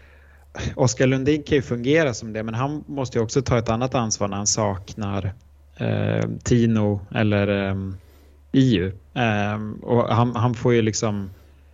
Oskar Lundin kan ju fungera som det, men han måste ju också ta ett annat ansvar när han saknar eh, Tino eller eh, I U. Eh, och han, han får ju liksom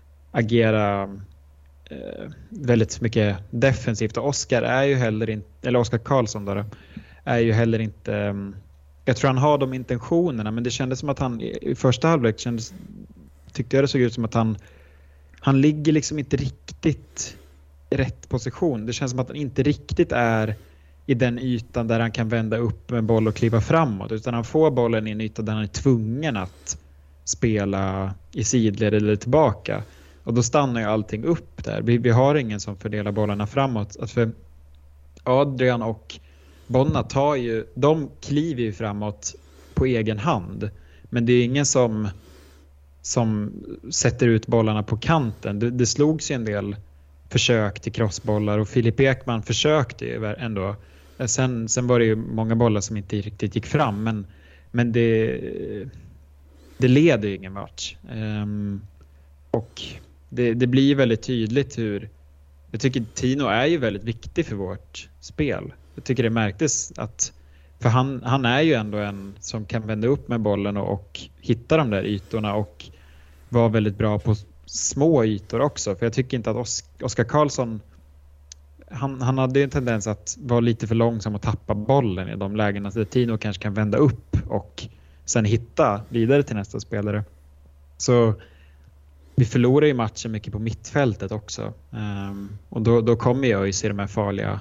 agera eh, väldigt mycket defensivt, och Oskar är ju heller inte, eller Oskar Karlsson då, är ju heller inte, eh, jag tror han har de intentionerna, men det kändes som att han i första halvlek kändes, tyckte jag det såg ut som att han han ligger liksom inte riktigt rätt position. Det känns som att han inte riktigt är i den ytan där han kan vända upp med boll och kliva framåt, utan han får bollen i en yta där han är tvungen att spela i sidled eller tillbaka, och då stannar ju allting upp där. Vi, vi har ingen som fördelar bollarna framåt. Alltså för Adrian och Bonna tar ju, de kliver ju framåt på egen hand, men det är ingen som som sätter ut bollarna på kanten. Det, det slogs ju en del försök till crossbollar, och Filip Ekman försökte ju ändå. Sen, sen var det ju många bollar som inte riktigt gick fram, men, men det, det leder ju ingen match. Um, och det, det blir väldigt tydligt hur, jag tycker Tino är ju väldigt viktig för vårt spel. Jag tycker det märktes att, för han, han är ju ändå en som kan vända upp med bollen och, och hitta de där ytorna, och var väldigt bra på små ytor också. För jag tycker inte att Os- Oskar Karlsson, han, han hade ju en tendens att vara lite för långsam och tappa bollen i de lägena där Tino kanske kan vända upp och sen hitta vidare till nästa spelare. Så vi förlorar ju matchen mycket på mittfältet också. Um, och då, då kommer jag ju se de här farliga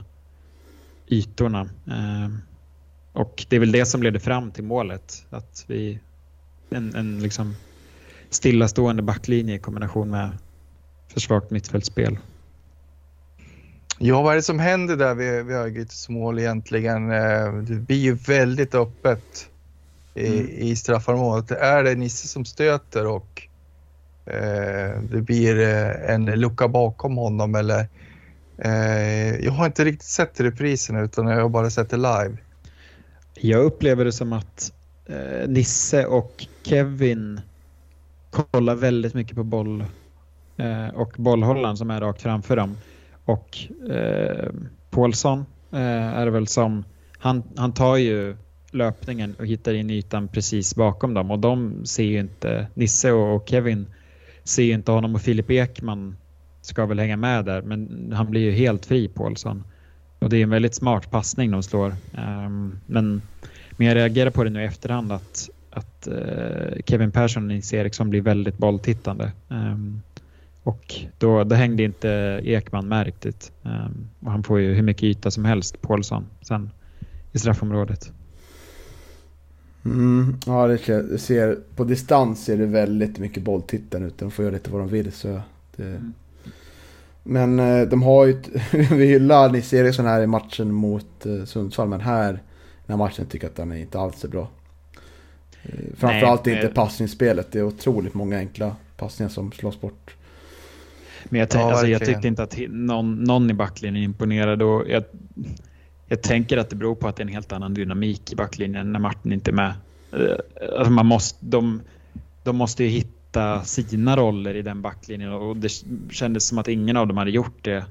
ytorna. Um, och det är väl det som leder fram till målet. Att vi en, en liksom stillastående backlinje i kombination med försvagt mittfältspel. Ja, vad är det som händer där vid, vid Örgrytes mål egentligen? Det blir ju väldigt öppet i, mm. i straffområdet. Är det Nisse som stöter och eh, det blir en lucka bakom honom, eller eh, jag har inte riktigt sett reprisen utan jag har bara sett det live. Jag upplever det som att eh, Nisse och Kevin kollar väldigt mycket på boll eh, och bollhållaren som är rakt framför dem. Och eh, Paulsson eh, är det väl som, han, han tar ju löpningen och hittar in ytan precis bakom dem. Och de ser ju inte, Nisse och Kevin ser ju inte honom, och Filip Ekman ska väl hänga med där. Men han blir ju helt fri, Paulsson. Och det är en väldigt smart passning de slår. Um, men, men jag reagerar på det nu i efterhand att, att uh, Kevin Persson och Nils Eriksson blir väldigt bolltittande. Um, och då, då hängde inte Ekman med riktigt. Um, och han får ju hur mycket yta som helst, Paulsson, sen i straffområdet. Mm, ja, det ser, ser, på distans är det väldigt mycket bolltittande ut. De får göra lite vad de vill. Så det, mm. Men de har ju, vi hyllar Nils Eriksson här i matchen mot Sundsvall, men här, den här matchen tycker jag att den är inte alls så bra. Framförallt Nej, inte men... passningsspelet. Det är otroligt många enkla passningar som slås bort. Men jag, tänk, ja, alltså, jag tyckte inte att någon, någon i backlinjen imponerade, och jag, jag tänker att det beror på att det är en helt annan dynamik i backlinjen när Martin inte är med. Alltså man måste, de, de måste ju hitta sina roller i den backlinjen, och det kändes som att ingen av dem hade gjort det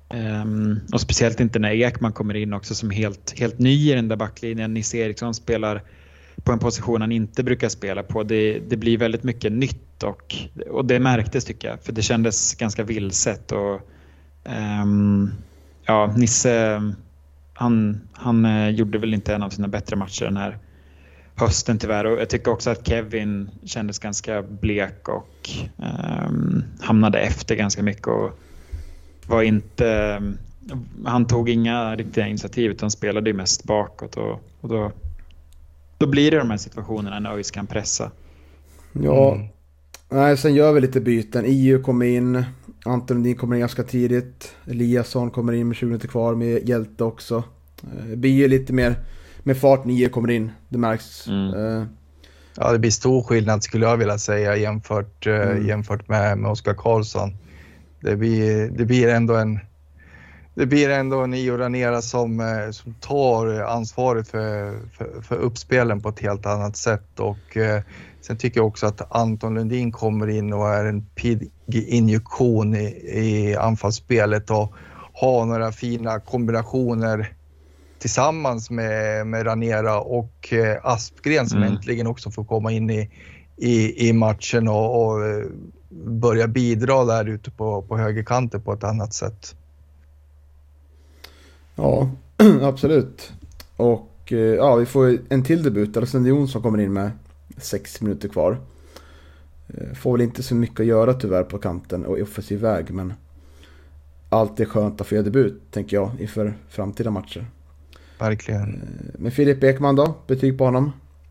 Um, och speciellt inte när Ekman kommer in också som helt, helt ny i den där backlinjen. Nisse Eriksson spelar på en position han inte brukar spela på. Det, det blir väldigt mycket nytt och, och det märktes tycker jag. För det kändes ganska vilset. Och, um, ja, Nisse han, han uh, gjorde väl inte en av sina bättre matcher den här hösten tyvärr. Och jag tycker också att Kevin kändes ganska blek och um, hamnade efter ganska mycket och var inte, han tog inga riktiga initiativ utan spelade ju mest bakåt och, och då, då blir det de här situationerna när ÖIS kan pressa. Ja, Mm. nej, sen gör vi lite byten. I U kommer in, Anton Lundin kommer in ganska tidigt, Eliasson kommer in med tjugo minuter kvar med Hjälte också. Det blir ju lite mer med fart när I U kommer in, det märks. Mm. Uh, Ja, det blir stor skillnad skulle jag vilja säga jämfört, Mm. uh, jämfört med, med Oskar Karlsson. Det blir, det blir ändå en det blir ändå en Io Ranera som, uh, som tar ansvaret för, för, för uppspelen på ett helt annat sätt. Och uh, sen tycker jag också att Anton Lundin kommer in och är en pigg injektion i, i anfallsspelet och har några fina kombinationer tillsammans med, med Ranera och eh, Aspgren som Mm. äntligen också får komma in i, i, i matchen och, och eh, börja bidra där ute på, på högerkanten på ett annat sätt. ja, absolut. Och uh, ja, vi får en till debut. Alexander Jonsson kommer in med sex minuter kvar. Uh, får väl inte så mycket att göra tyvärr på kanten och i offensiv väg, men allt är skönt att få göra debut, tänker jag, inför framtida matcher. Verkligen. Men Filip Ekman då? Betyg på honom?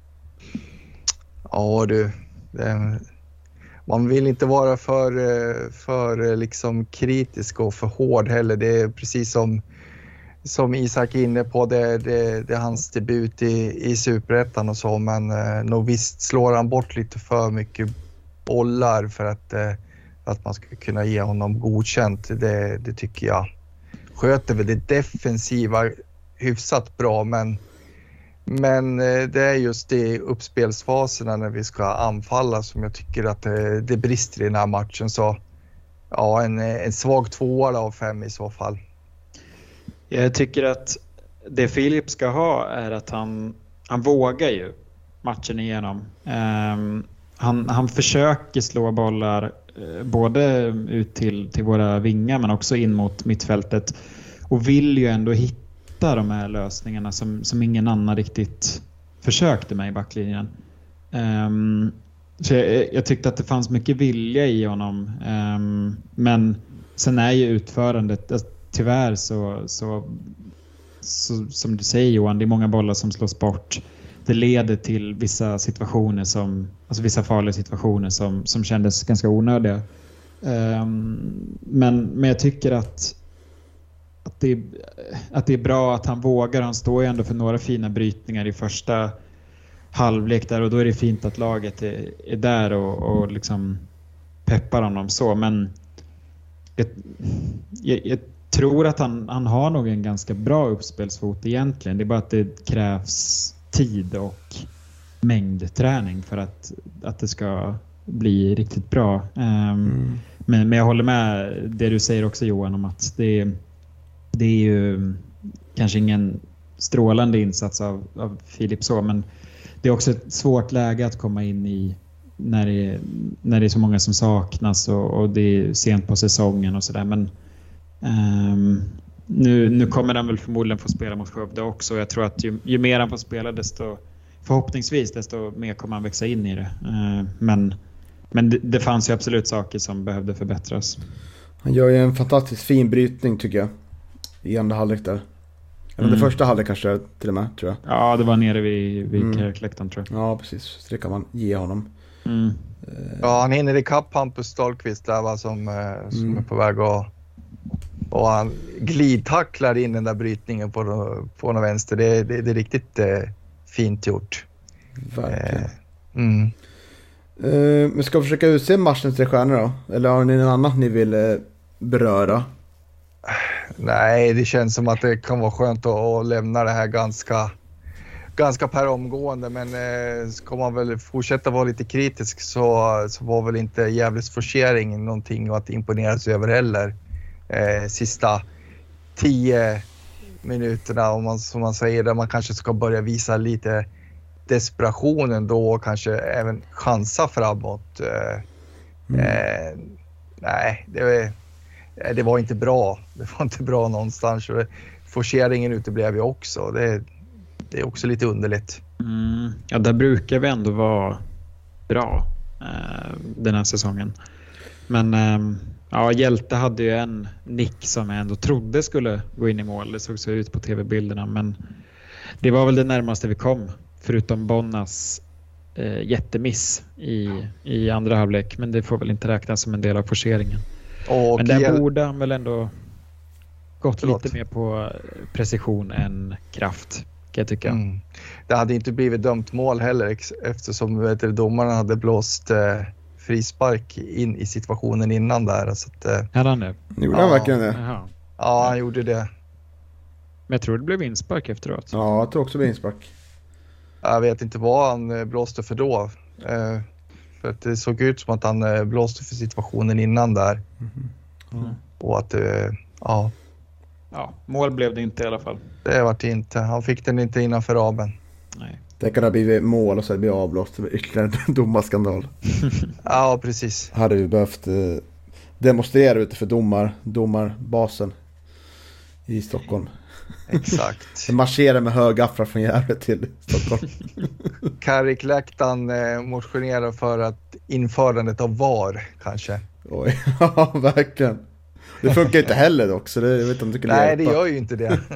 Ja du, det, man vill inte vara för, för liksom kritisk och för hård heller. Det är precis som, som Isak är inne på, det, det, det är hans debut i, i Superettan och så, men eh, nog visst slår han bort lite för mycket bollar för att, eh, att man ska kunna ge honom godkänt. Det, det tycker jag. Sköter väl det defensiva hyfsat bra, men, men det är just det uppspelsfaserna när vi ska anfalla som jag tycker att det, det brister i den här matchen. Så ja, en, en svag tvåa av fem i så fall. Jag tycker att det Filip ska ha är att han, han vågar ju matchen igenom. Um, han, han försöker slå bollar uh, både ut till, till våra vingar men också in mot mittfältet och vill ju ändå hitta de här lösningarna som, som ingen annan riktigt försökte med i backlinjen. Um, så jag, jag tyckte att det fanns mycket vilja i honom. Um, men sen är ju utförandet, alltså, tyvärr så, så, så som du säger Johan, det är många bollar som slås bort. Det leder till vissa situationer som, alltså vissa farliga situationer som, som kändes ganska onödiga. Um, men, men jag tycker att Att det, att det är bra att han vågar. Han står ju ändå för några fina brytningar i första halvlek där och då är det fint att laget är, är där och, och liksom peppar honom så. Men jag, jag, jag tror att han, han har nog en ganska bra uppspelsfot egentligen. Det är bara att det krävs tid och mängdträning för att, att det ska bli riktigt bra. Um, mm. men, men jag håller med det du säger också Johan om att det är Det är ju kanske ingen strålande insats av, av Filip så, men det är också ett svårt läge att komma in i när det, när det är så många som saknas och, och det är sent på säsongen och sådär. Men um, nu, nu kommer han väl förmodligen få spela mot Skövde också. Jag tror att ju, ju mer han får spela desto förhoppningsvis desto mer kommer han växa in i det. Uh, men men det, det fanns ju absolut saker som behövde förbättras. Han gör ju en fantastiskt fin brytning tycker jag. I andra halvlek där. Eller mm. det första halvlek kanske till och med, tror jag. Ja, det var nere vid, vid mm. Kärkläktaren, tror jag. Ja, precis. Så det kan man ge honom. Mm. Ja, han hinner ikapp Hampus Dahlqvist där, va, som, som mm. är på väg att... Och han glidtacklar in den där brytningen på, på den vänster. Det, det, det är riktigt eh, fint gjort. Verkligen. Eh, mm. uh, men ska vi försöka utse matchens tre stjärnor då? Eller har ni något annat ni vill uh, beröra? Nej, det känns som att det kan vara skönt att, att lämna det här ganska, ganska per omgående. Men eh, ska man väl fortsätta vara lite kritisk så, så var väl inte Gävles forcering någonting att imponera sig över heller. Eh, sista tio minuterna, om man, som man säger, där man kanske ska börja visa lite desperationen då och kanske även chansa framåt. Mm. Eh, nej, det var, det var inte bra. Det var inte bra någonstans. Forceringen uteblev ju också. Det, det är också lite underligt. Mm. Ja, där brukar vi ändå vara bra eh, den här säsongen. Men eh, ja, Hjälte hade ju en nick som jag ändå trodde skulle gå in i mål. Det såg så ut på tv-bilderna, men det var väl det närmaste vi kom. Förutom Bonnas eh, jättemiss i, i andra halvlek. Men det får väl inte räknas som en del av forceringen. Och men där Hjäl- borde han väl ändå gått Förlåt. lite mer på precision än kraft, kan jag tycka. Mm. Det hade inte blivit dömt mål heller, eftersom vet du, domarna hade blåst eh, frispark in i situationen innan där. Så att, eh, hade han det? Gjorde han verkligen det? Jaha. Ja, han gjorde det. Men jag tror det blev inspark efteråt. Ja, jag tror också det blev inspark. Jag vet inte vad han blåste för då. Eh, för att det såg ut som att han blåste för situationen innan där. Mm-hmm. Mm. Och att, eh, ja. Ja, mål blev det inte i alla fall. Det var det inte. Han fick den inte innanför ramen. Nej. Det kan ha blivit mål och så blir avblåst. Det var ytterligare en domarskandal. Ja, precis. Hade vi behövt eh, demonstrera ute för domar, domarbasen i Stockholm. Exakt. Marschera med högafflar från Gävle till Stockholm. Karik Läktan eh, motionerar för att införandet av V A R kanske. Oj, ja verkligen. Det funkar inte heller dock, så det, jag vet inte om du kan Nej, hjälpa. det gör ju inte det.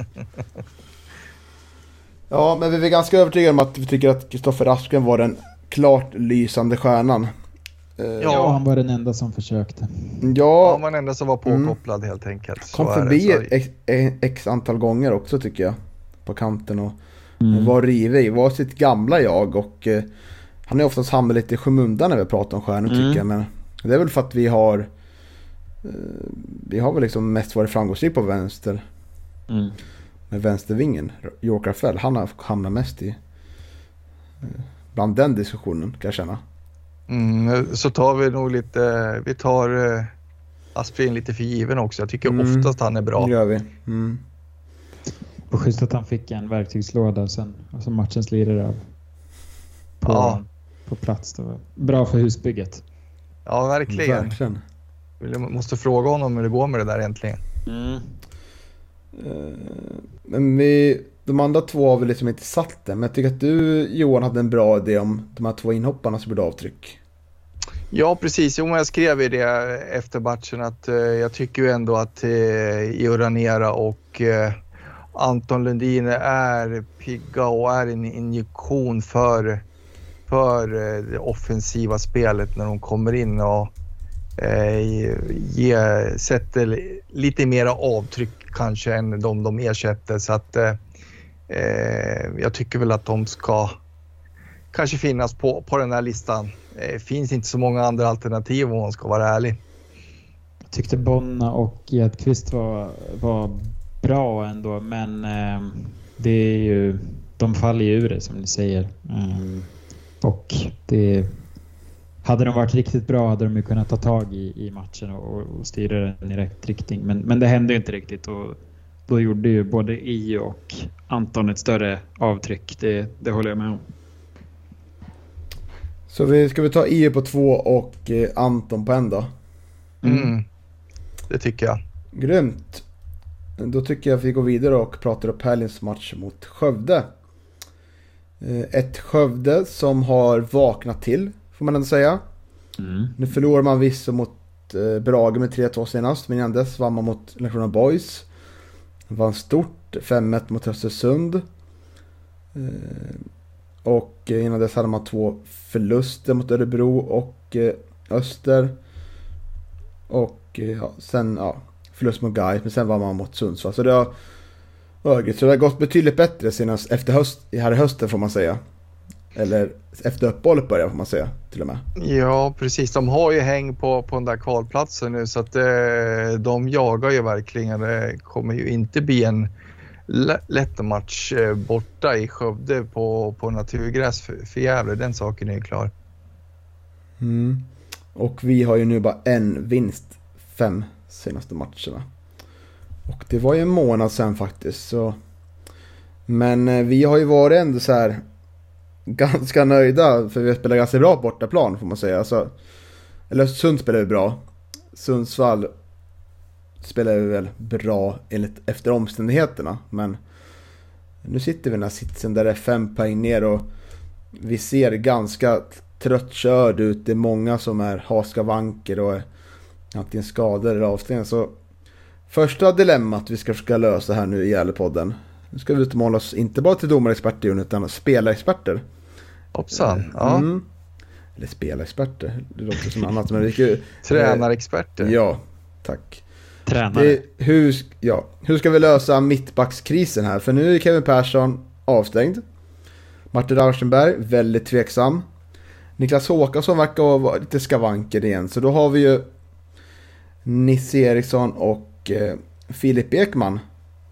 Ja, men vi är ganska övertygade om att vi tycker att Kristoffer Askren var den klart lysande stjärnan. Ja, han var den enda som försökte. Ja, han var den enda som var påkopplad mm. helt enkelt. Kom förbi x, x antal gånger också tycker jag. På kanten och mm. var rivig. Var sitt gamla jag och eh, han är oftast hamnat lite i skymundan när vi pratar om stjärnor mm. tycker jag. Men det är väl för att vi har eh, vi har väl liksom mest varit framgångsrik på vänster. Mm. Med vänstervingen. York Rafael, han har hamnat mest i eh, bland den diskussionen kan jag känna. Mm, så tar vi nog lite, vi tar eh, Asprin lite för given också. Jag tycker mm. oftast han är bra. Det gör vi. Mm. Och just att han fick en verktygslåda sen, alltså matchens lirare av på, ja. på plats. Det var bra för husbygget. Ja, verkligen. verkligen. Vi måste fråga honom hur det går med det där egentligen. Mm. Uh, men vi de andra två har väl liksom inte satt det. Men jag tycker att du, Johan, hade en bra idé om de här två inhopparna som gjorde avtryck. Ja, precis. Jo, jag skrev i det efter matchen att eh, jag tycker ju ändå att eh, Ior Ranera och eh, Anton Lundin är pigga och är en injektion för, för eh, det offensiva spelet när de kommer in och eh, ge, sätter lite mera avtryck kanske än de de ersätter. Så att eh, Eh, jag tycker väl att de ska kanske finnas på, på den här listan. Det eh, finns inte så många andra alternativ om man ska vara ärlig. Jag tyckte Bonna och Edqvist var, var bra ändå, men eh, det är ju, de faller ju ur det som ni säger. Mm. Och det, hade de varit riktigt bra hade de ju kunnat ta tag i, i matchen och, och styra den i rätt riktning. Men, men det hände ju inte riktigt och då gjorde ju både I och Anton ett större avtryck. Det, det håller jag med om. Så vi, ska vi ta I på två och eh, Anton på en då? Mm. mm. Det tycker jag. Grymt. Då tycker jag att vi går vidare och pratar upp helgens match mot Skövde. Eh, ett Skövde som har vaknat till, får man ändå säga. Mm. Nu förlorar man visst mot eh, Brage med tre två senast. Men innan dess vann man mot Landskrona Boys. Det var en stort fem ett mot Östersund. Eh, och innan dess hade man två förluster mot Örebro och eh, Öster. Och eh, ja, sen ja, förlust mot Gais, men sen var man mot Sundsvall. Så det har, så det har gått betydligt bättre senast efter höst, här i hösten får man säga. Eller efter uppehållet börjar får man säga till och med. Ja, precis. De har ju häng på, på den där kvalplatsen nu så att eh, de jagar ju verkligen. Det kommer ju inte bli en l- lätt match eh, borta i Skövde på, på naturgräs för, för Gävle. Den saken är ju klar. Mm. Och vi har ju nu bara en vinst fem senaste matcherna. Och det var ju en månad sedan faktiskt. Så. Men eh, vi har ju varit ändå så här ganska nöjda. För vi spelar ganska bra bortaplan får man säga. Alltså, eller Sund spelar vi bra. Sundsvall spelar vi väl bra enligt, efter omständigheterna. Men nu sitter vi i den här sitsen där det är fem poäng ner. Och vi ser ganska tröttkörd ut. Det är många som är haskavanker och är antingen skadade eller avstängda. Så första dilemmat vi ska försöka lösa här nu i Gävlepodden. Nu ska vi utmåla oss inte bara till domarexperter utan spelarexperter. Hoppsan, ja. Mm. Eller spelarexperter, det låter som annat. Men det är ju, tränarexperter. Ja, tack. Tränare. Det, hur, ja, hur ska vi lösa mittbackskrisen här? För nu är Kevin Persson avstängd. Martin Rauschenberg, väldigt tveksam. Niklas Håkansson verkar vara lite skavanker igen. Så då har vi ju Nisse Eriksson och eh, Filip Ekman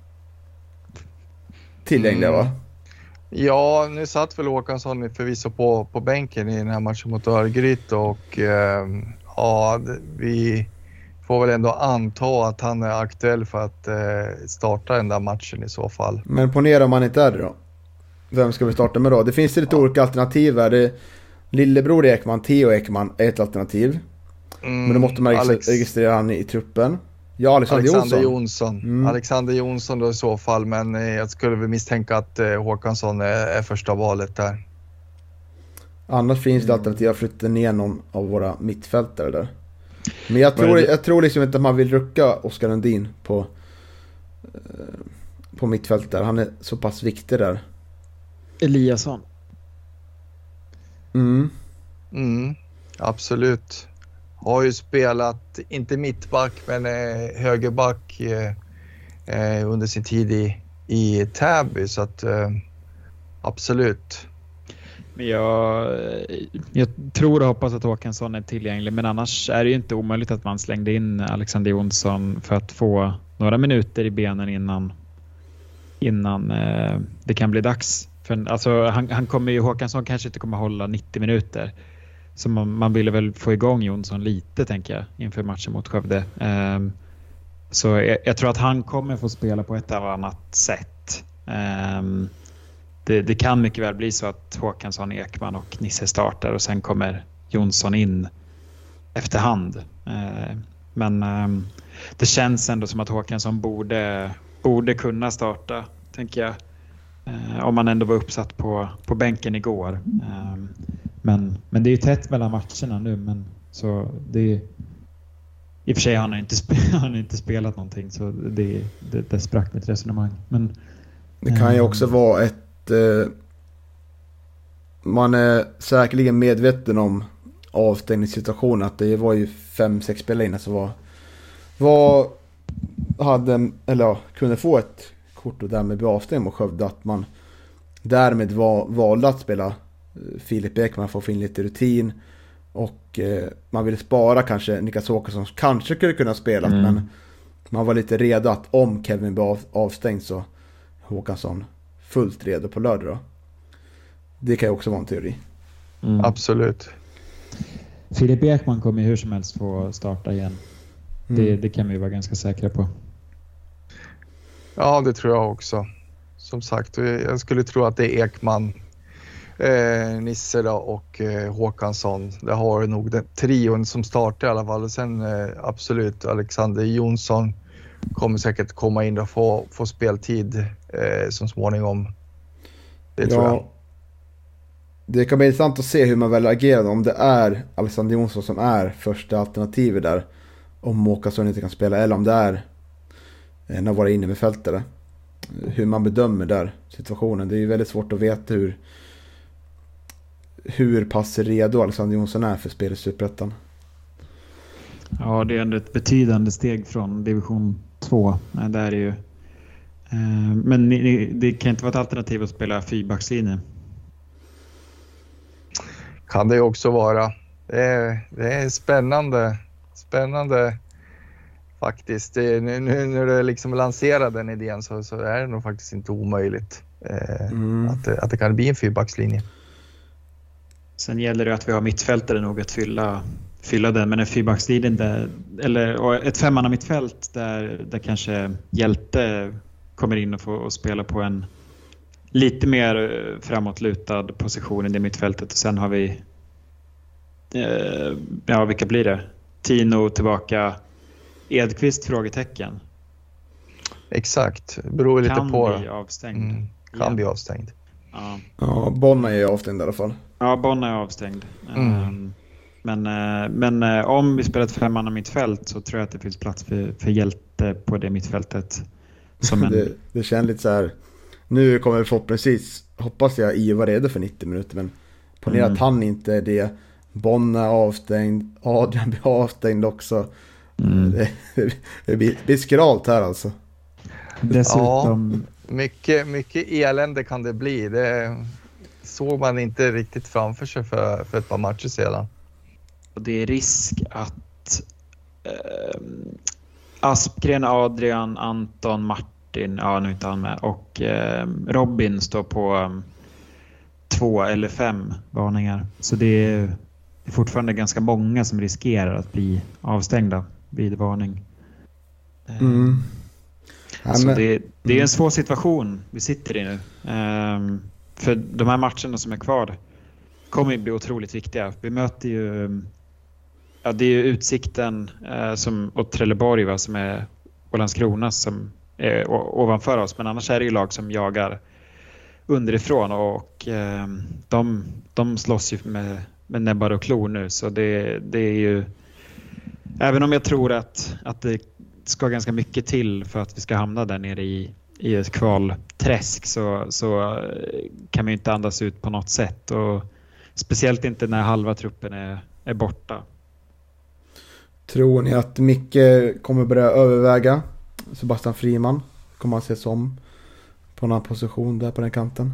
tillgängliga mm. va? Ja, nu satt väl Håkansson förvisso på, på bänken i den här matchen mot Örgryte och eh, ja, vi får väl ändå anta att han är aktuell för att eh, starta den där matchen i så fall. Men ponera om han inte är det då? Vem ska vi starta med då? Det finns lite ja. olika alternativ här. Det är lillebror Ekman, Theo Ekman är ett alternativ. Mm, men då måste man Alex... registrera han i, i truppen. Ja, Alexander, Alexander Jonsson. Jonsson. Mm. Alexander Jonsson då i så fall, men eh, jag skulle väl misstänka att eh, Håkansson är, är första valet där. Annars finns det alternativ att flytta ner någon av våra mittfältare där. Men jag tror, jag tror liksom inte att man vill rucka Oskar Lundin på, eh, på mittfält där. Han är så pass viktig där. Eliasson. Mm. Mm, absolut. Har ju spelat, inte mittback, men eh, högerback eh, eh, under sin tid i, i Täby. Så att eh, absolut. Men jag, jag tror och hoppas att Håkansson är tillgänglig. Men annars är det ju inte omöjligt att man slängde in Alexander Jonsson för att få några minuter i benen innan, innan eh, det kan bli dags. För, alltså, han, han kommer ju, Håkansson kanske inte kommer hålla nittio minuter. Så man, man ville väl få igång Jonsson lite, tänker jag, inför matchen mot Skövde. Um, så jag, jag tror att han kommer få spela på ett eller annat sätt. Um, det, det kan mycket väl bli så att Håkansson, Ekman och Nisse startar och sen kommer Jonsson in efterhand. Uh, men um, det känns ändå som att Håkansson borde, borde kunna starta, tänker jag. Uh, om man ändå var uppsatt på, på bänken igår. Um, Men, men det är ju tätt mellan matcherna nu. Men så det är, i och för sig har han inte, spe, han inte spelat någonting. Så det, det, det sprack mitt resonemang. Men, det kan ju också vara ett... Eh, man är säkerligen medveten om avstängningssituationen. Att det var ju fem, sex spelare innan som var... var hade, eller ja, kunde få ett kort och därmed bli avstängd mot Skövde. Att man därmed var, valde att spela Filip Ekman för att få in lite rutin och eh, man ville spara kanske Niklas Håkansson som kanske skulle kunna spela mm. men man var lite redo att om Kevin blev av, avstängd så Håkansson fullt redo på lördag då. Det kan ju också vara en teori. Mm. Absolut. Filip Ekman kommer hur som helst få starta igen. Mm. Det, det kan vi vara ganska säkra på. Ja, det tror jag också. Som sagt, jag skulle tro att det är Ekman, Eh, Nisse då och eh, Håkansson. Det har nog den trion som startar i alla fall. Och sen eh, absolut Alexander Jonsson kommer säkert komma in och få, få speltid eh, som småningom. Det ja, tror jag. Det kan bli intressant att se hur man väl agerar om det är Alexander Jonsson som är första alternativet där. Om Håkansson inte kan spela eller om det är en av våra inne med fältare. Hur man bedömer där situationen. Det är ju väldigt svårt att veta hur hur pass redo Alexander Jonsson är för spel i Superettan. Ja, det är ändå ett betydande steg från division två. Det är ju. Men det kan inte vara ett alternativ att spela fyrbackslinje. Kan det också vara. Det är, det är spännande. Spännande faktiskt. Det är, nu, nu när du liksom lanserar den idén så, så är det nog faktiskt inte omöjligt eh, mm. att, att det kan bli en fyrbackslinje. Sen gäller det att vi har mittfältare nog att fylla, fylla den, men en fyrbackslinje där, eller och ett femmanna mittfält där, där kanske Hjälte kommer in och får och spela på en lite mer framåtlutad position i det mittfältet, och sen har vi eh, ja, vilka blir det? Tino tillbaka, Edqvist frågetecken. Exakt, det beror lite kan på. Kan bli avstängd. Mm, kan ja. bli avstängd. Ja, ja Bonna är ju avstängd i alla fall. Ja, Bonna är avstängd. Mm. Um, men men uh, om vi spelar ett femmanna mittfält så tror jag att det finns plats för, för Hjälte på det mittfältet. Som en... det, det känns lite så här. Nu kommer vi förhoppningsvis, hoppas jag, Ivar redo för nittio minuter, men ponera mm. att han inte är det. Bonna är avstängd, Adrian blir avstängd också. Mm. Det, det blir, det blir skralt här alltså. Dessutom... Ja, mycket, mycket elände kan det bli. Det såg man inte riktigt framför sig för, för ett par matcher sedan. Och det är risk att eh, Aspgren, Adrian, Anton, Martin, ja nu är inte han med, och eh, Robin står på um, två eller fem varningar. Så det är, det är fortfarande ganska många som riskerar att bli avstängda vid varning. Mm. Ja, så det, det är en svår situation vi sitter i nu. Um, för de här matcherna som är kvar kommer ju bli otroligt viktiga. Vi möter ju, ja, det är ju Utsikten uh, som, och Trelleborg, va, som är, och Landskrona som är ovanför oss. Men annars är det ju lag som jagar underifrån, och um, de, de slåss ju med, med näbbar och klor nu. Så det, det är ju, även om jag tror att, att det ska ganska mycket till för att vi ska hamna där nere i, i ett kvalträsk, så, så kan vi inte andas ut på något sätt, och speciellt inte när halva truppen är, är borta. Tror ni att Micke kommer börja överväga Sebastian Friman? Kommer han ses om på en annan position där på den kanten?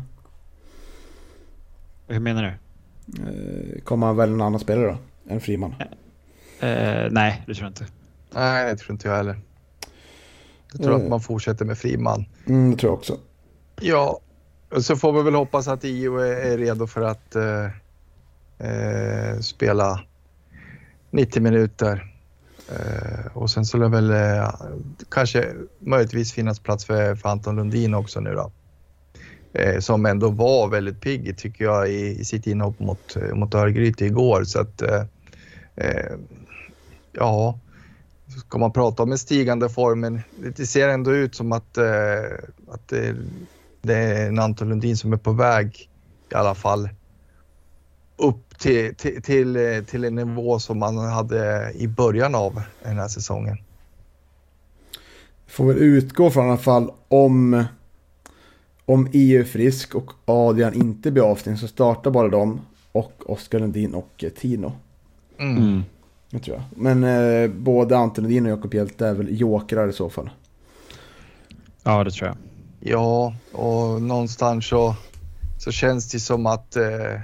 Hur menar du? Kommer han välja en annan spelare då än Friman? Eh, nej, det tror jag inte. Nej, det tror inte jag heller. Jag tror mm. att man fortsätter med Friman. Mm, det tror jag också. Ja, så får vi väl hoppas att I O är redo för att eh, eh, spela nittio minuter. Eh, och sen så lär väl eh, kanske möjligtvis finnas plats för, för Anton Lundin också nu då. Eh, som ändå var väldigt pigg, tycker jag, i, i sitt inhopp mot, mot Örgryte igår. Så att, eh, eh, ja... Ska man prata om en stigande form, men det ser ändå ut som att, eh, att det, det är en Anton Lundin som är på väg i alla fall upp till, till, till, till en nivå som man hade i början av den här säsongen. Får väl utgå från i alla fall om om I U är frisk och Adrian inte blir avstängd, så startar bara de och Oskar Lundin och Tino. Mm. Mm. Det tror jag. Men eh, både Anton Lundin och Jakob Hjälte är väl jokrar i så fall. Ja, det tror jag. Ja, och någonstans så, så känns det som att eh,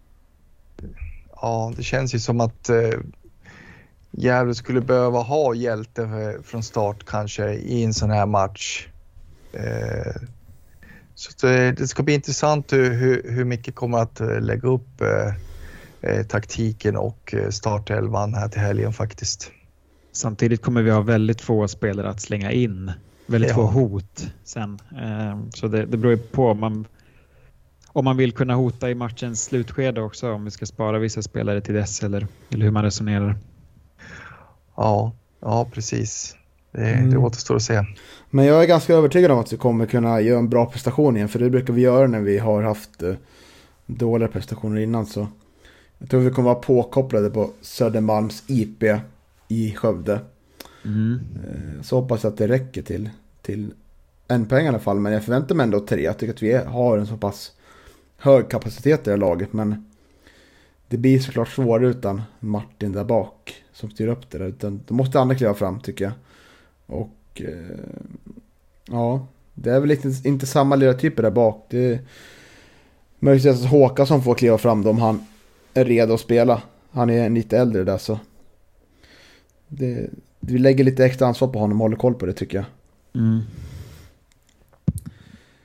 ja, det känns ju som att eh, Gävle skulle behöva ha Hjälte från start kanske i en sån här match. Eh, så det, det ska bli intressant hur, hur, hur mycket kommer att lägga upp eh, eh, taktiken och startelvan här till helgen faktiskt. Samtidigt kommer vi ha väldigt få spelare att slänga in. Väldigt ja. få hot sen. Eh, så det, det beror ju på om man, om man vill kunna hota i matchens slutskede också. Om vi ska spara vissa spelare till dess, eller, eller hur man resonerar. Ja, ja precis. Det, mm. det återstår att se. Men jag är ganska övertygad om att vi kommer kunna göra en bra prestation igen. För det brukar vi göra när vi har haft eh, dåliga prestationer innan. Så jag tror vi kommer vara påkopplade på Södermalms I P i Skövde. Mm. Eh, så hoppas jag att det räcker till, till en poäng i alla fall. Men jag förväntar mig ändå tre. Jag tycker att vi är, har en så pass hög kapacitet i det här laget. Men det blir såklart svårare utan Martin där bak som styr upp det där. Utan då måste andra kliva fram, tycker jag. Och eh, ja, det är väl inte, inte samma lilla typer där bak. Det är möjligtvis att Håkansson får kliva fram då, om han är redo att spela. Han är lite äldre där, så det, vi lägger lite extra ansvar på honom och håller koll på det, tycker jag. Mm.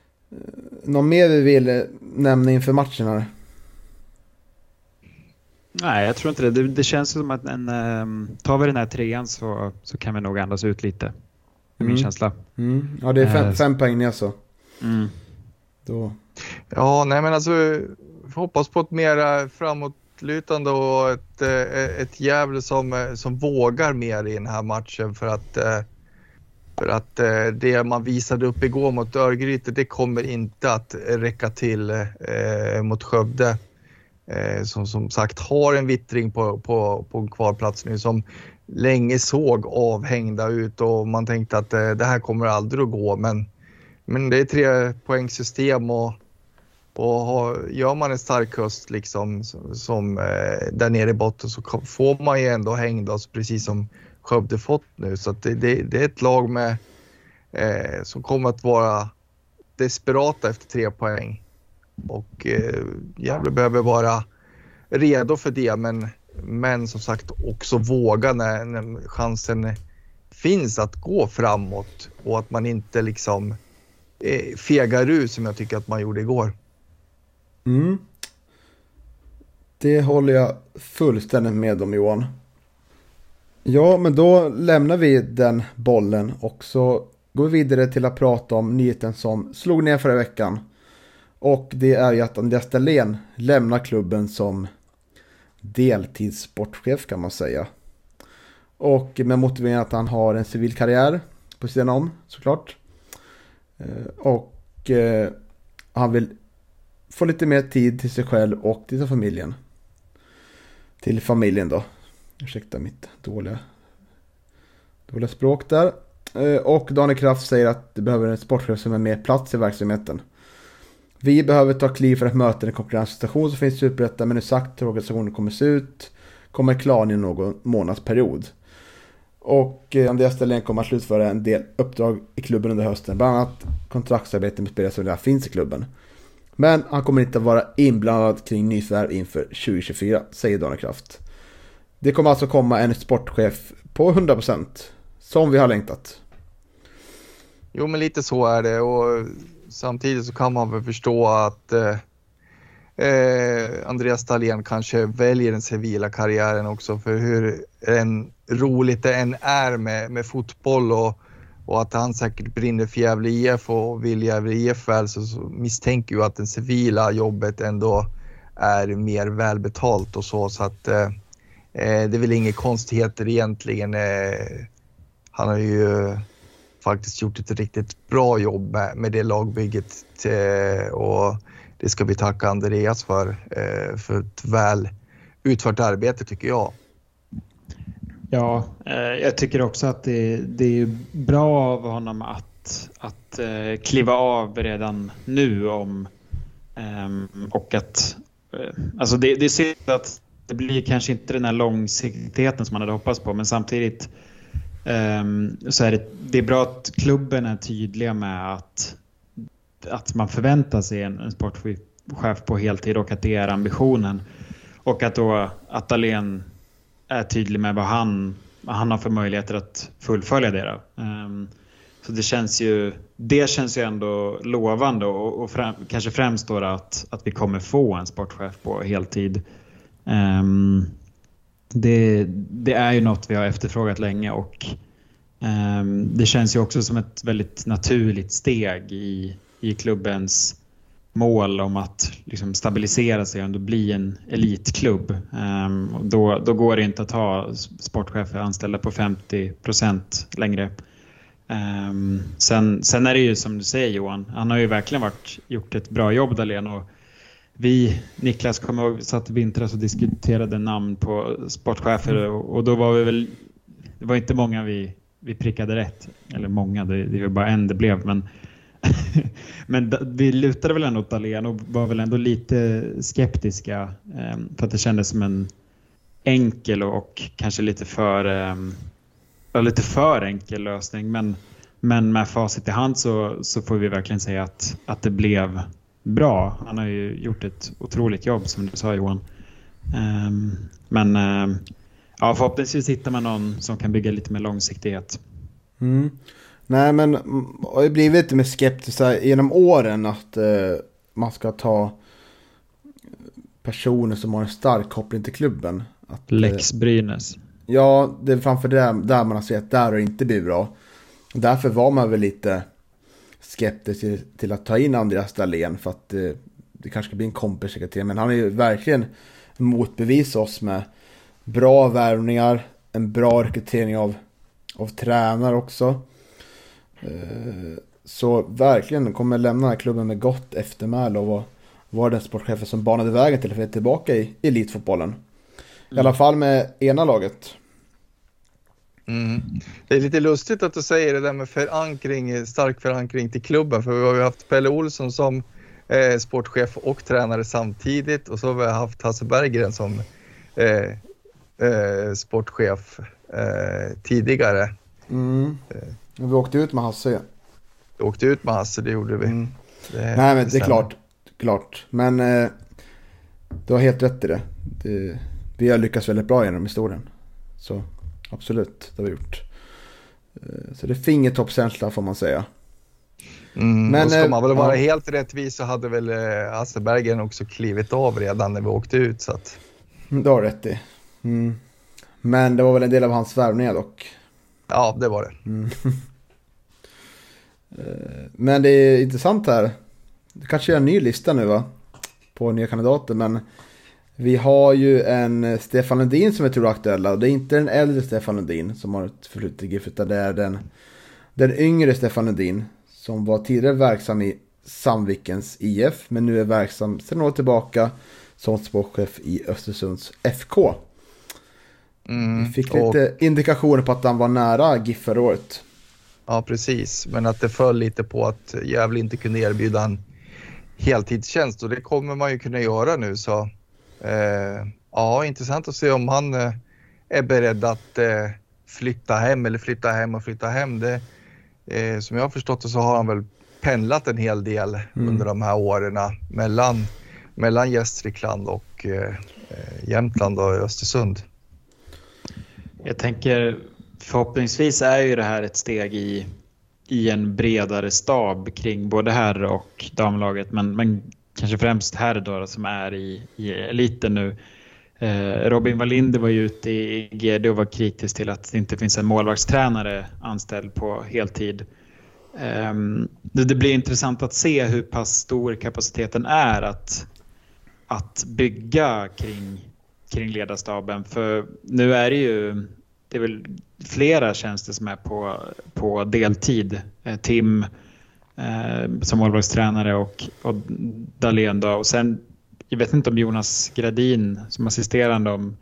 Någon mer vi vill nämna inför matchen här? Nej, jag tror inte det. Det, det känns som att en, um, tar vi den här trean så, så kan vi nog andas ut lite. Det är min Mm. känsla. Mm. Ja, det är fem, Eh, fem poäng ner så. Mm. Då. Ja, nej men alltså vi hoppas på ett mer framåtlutande och ett, eh, ett Gävle som, eh, som vågar mer i den här matchen för att, eh, för att eh, det man visade upp igår mot Örgryte, det kommer inte att räcka till eh, mot Skövde. Eh, som som sagt har en vittring på, på, på en kvalplats nu som länge såg avhängda ut och man tänkte att eh, det här kommer aldrig att gå, men, men det är tre poängsystem och, och har, gör man en stark höst liksom, som, som eh, där nere i botten så får man ju ändå hängda oss precis som Skövde fått nu, så att det, det, det är ett lag med, eh, som kommer att vara desperata efter tre poäng. Och eh, Gävle behöver vara redo för det, men, men som sagt också våga när, när chansen finns att gå framåt och att man inte liksom eh, fegar ur som jag tycker att man gjorde igår. Mm. Det håller jag fullständigt med om, Johan. Ja, men då lämnar vi den bollen och så går vi vidare till att prata om nyheten som slog ner förra veckan. Och det är ju att Andreas Dahlén lämnar klubben som deltidssportchef kan man säga. Och med motiveringen att han har en civil karriär på sidan om såklart. Och eh, han vill få lite mer tid till sig själv och till familjen. Till familjen då. Ursäkta mitt dåliga, dåliga språk där. Eh, och Daniel Kraft säger att det behöver en sportchef som har mer plats i verksamheten. Vi behöver ta kliv för att möta den konkurrenssituation som finns i Superettan, men nu sagt hur organisationen kommer se ut kommer klar i någon månadsperiod. Och eh, Andreas Dahlén kommer att slutföra en del uppdrag i klubben under hösten, bland annat kontraktsarbete med spelare som redan finns i klubben. Men han kommer inte att vara inblandad kring nyförvärv inför tjugo tjugofyra, säger Daniel Kraft. Det kommer alltså komma en sportchef på hundra procent, som vi har längtat. Jo, men lite så är det, och samtidigt så kan man väl förstå att eh, eh, Andreas Dahlén kanske väljer den civila karriären också, för hur en, roligt det än är med, med fotboll och, och att han säkert brinner för Gävle I F och vill Gävle I F väl, så, så misstänker ju att det civila jobbet ändå är mer välbetalt och så, så att eh, det är väl inga konstigheter egentligen. Eh, han har ju faktiskt gjort ett riktigt bra jobb med, med det lagbygget eh, och det ska vi tacka Andreas för, eh, för ett väl utfört arbete tycker jag. Ja, eh, jag tycker också att det, det är bra av honom att, att eh, kliva av redan nu om eh, och att eh, alltså det, det ser ut att det blir kanske inte den här långsiktigheten som man hade hoppats på, men samtidigt um, så är det, det är bra att klubben är tydliga med att, att man förväntar sig en, en sportchef på heltid och att det är ambitionen. Och att då att Dahlén är tydlig med vad han, vad han har för möjligheter att fullfölja det då. Um, så det känns ju, det känns ju ändå lovande och, och främ, kanske främst då att, att vi kommer få en sportchef på heltid. Um, det, det är ju något vi har efterfrågat länge och um, det känns ju också som ett väldigt naturligt steg i, i klubbens mål om att liksom stabilisera sig och bli en elitklubb. Um, och då, då går det inte att ha sportchefer anställda på femtio procent längre. Um, sen, sen är det ju som du säger Johan, han har ju verkligen varit, gjort ett bra jobb Dahlén, och vi, Niklas, kommer ihåg, satt i vintras och diskuterade namn på sportchefer och, och då var vi väl, det var inte många vi, vi prickade rätt, eller många, det, det var bara en det blev, men men vi lutade väl ändå åt Dahlén och var väl ändå lite skeptiska eh, för att det kändes som en enkel och, och kanske lite för eh, lite för enkel lösning, men, men med facit i hand så, så får vi verkligen säga att, att det blev bra. Han har ju gjort ett otroligt jobb som du sa Johan. Um, men um, ja, förhoppningsvis hittar man någon som kan bygga lite mer långsiktighet. Mm. Nej, men har ju blivit lite mer skeptisk genom åren att uh, man ska ta personer som har en stark koppling till klubben. Att, Lex Brynäs. Ja, det är framför det där man har sett där och inte blir bra. Därför var man väl lite skeptisk till, till att ta in Andreas Dahlén för att det, det kanske ska bli en kompissekreterare. Men han är ju verkligen motbevisat oss med bra värvningar, en bra rekrytering av, av tränare också. Så verkligen kommer lämna den här klubben med gott eftermäle och var, var den sportchefen som banade vägen till att få tillbaka i elitfotbollen. I alla fall med ena laget. Mm. Det är lite lustigt att du säger det där med förankring, stark förankring till klubben. För vi har ju haft Pelle Olsson som eh, sportchef och tränare samtidigt. Och så har vi haft Hasse Berggren som eh, eh, sportchef eh, tidigare. Mm. Vi åkte ut med Hasse. Vi åkte ut med Hasse, det gjorde vi. Mm. Det, Nej men det är klart, klart. Men eh, du har helt rätt i det. det. Vi har lyckats väldigt bra genom historien. Så absolut, det har vi gjort. Eh, så det är fingertoppskänsla får man säga. Mm, men och ska man väl eh, vara ja. helt rättvis så hade väl eh, Hasse Berggren också klivit av redan när vi åkte ut. Så att... Det har rätt i. Mm. Men det var väl en del av hans värvningar dock. Ja, det var det. Mm. Men det är intressant här. Du kanske gör en ny lista nu va? På nya kandidater. Men vi har ju en Stefan Lundin som jag tror är aktuella. Och det är inte den äldre Stefan Lundin som har ett förflutet i GIF. Utan det är den, den yngre Stefan Lundin. Som var tidigare verksam i Sandvikens I F. Men nu är verksam sedan några år tillbaka som sportchef i Östersunds F K. Mm, vi fick och... lite indikationer på att han var nära GIF förra året. Ja, precis. Men att det föll lite på att Gävle inte kunde erbjuda en heltidstjänst. Och det kommer man ju kunna göra nu. Så eh, ja, intressant att se om han eh, är beredd att eh, flytta hem eller flytta hem och flytta hem. Det, eh, som jag har förstått det så har han väl pendlat en hel del mm. under de här åren mellan, mellan Gästrikland och eh, Jämtland och Östersund. Jag tänker förhoppningsvis är ju det här ett steg i, i en bredare stab kring både herr- och damlaget. Men, men kanske främst herr då som är i, i eliten nu. Eh, Robin Wallinder var ju ute i G D och var kritisk till att det inte finns en målvaktstränare anställd på heltid. Eh, det, det blir intressant att se hur pass stor kapaciteten är att, att bygga kring, kring ledarstaben. För nu är det ju... Det är väl flera tjänster som är på, på deltid. Eh, Tim eh, som målvaktstränare och, och Dahlén då. Och sen, jag vet inte om Jonas Gradin som assisterande om,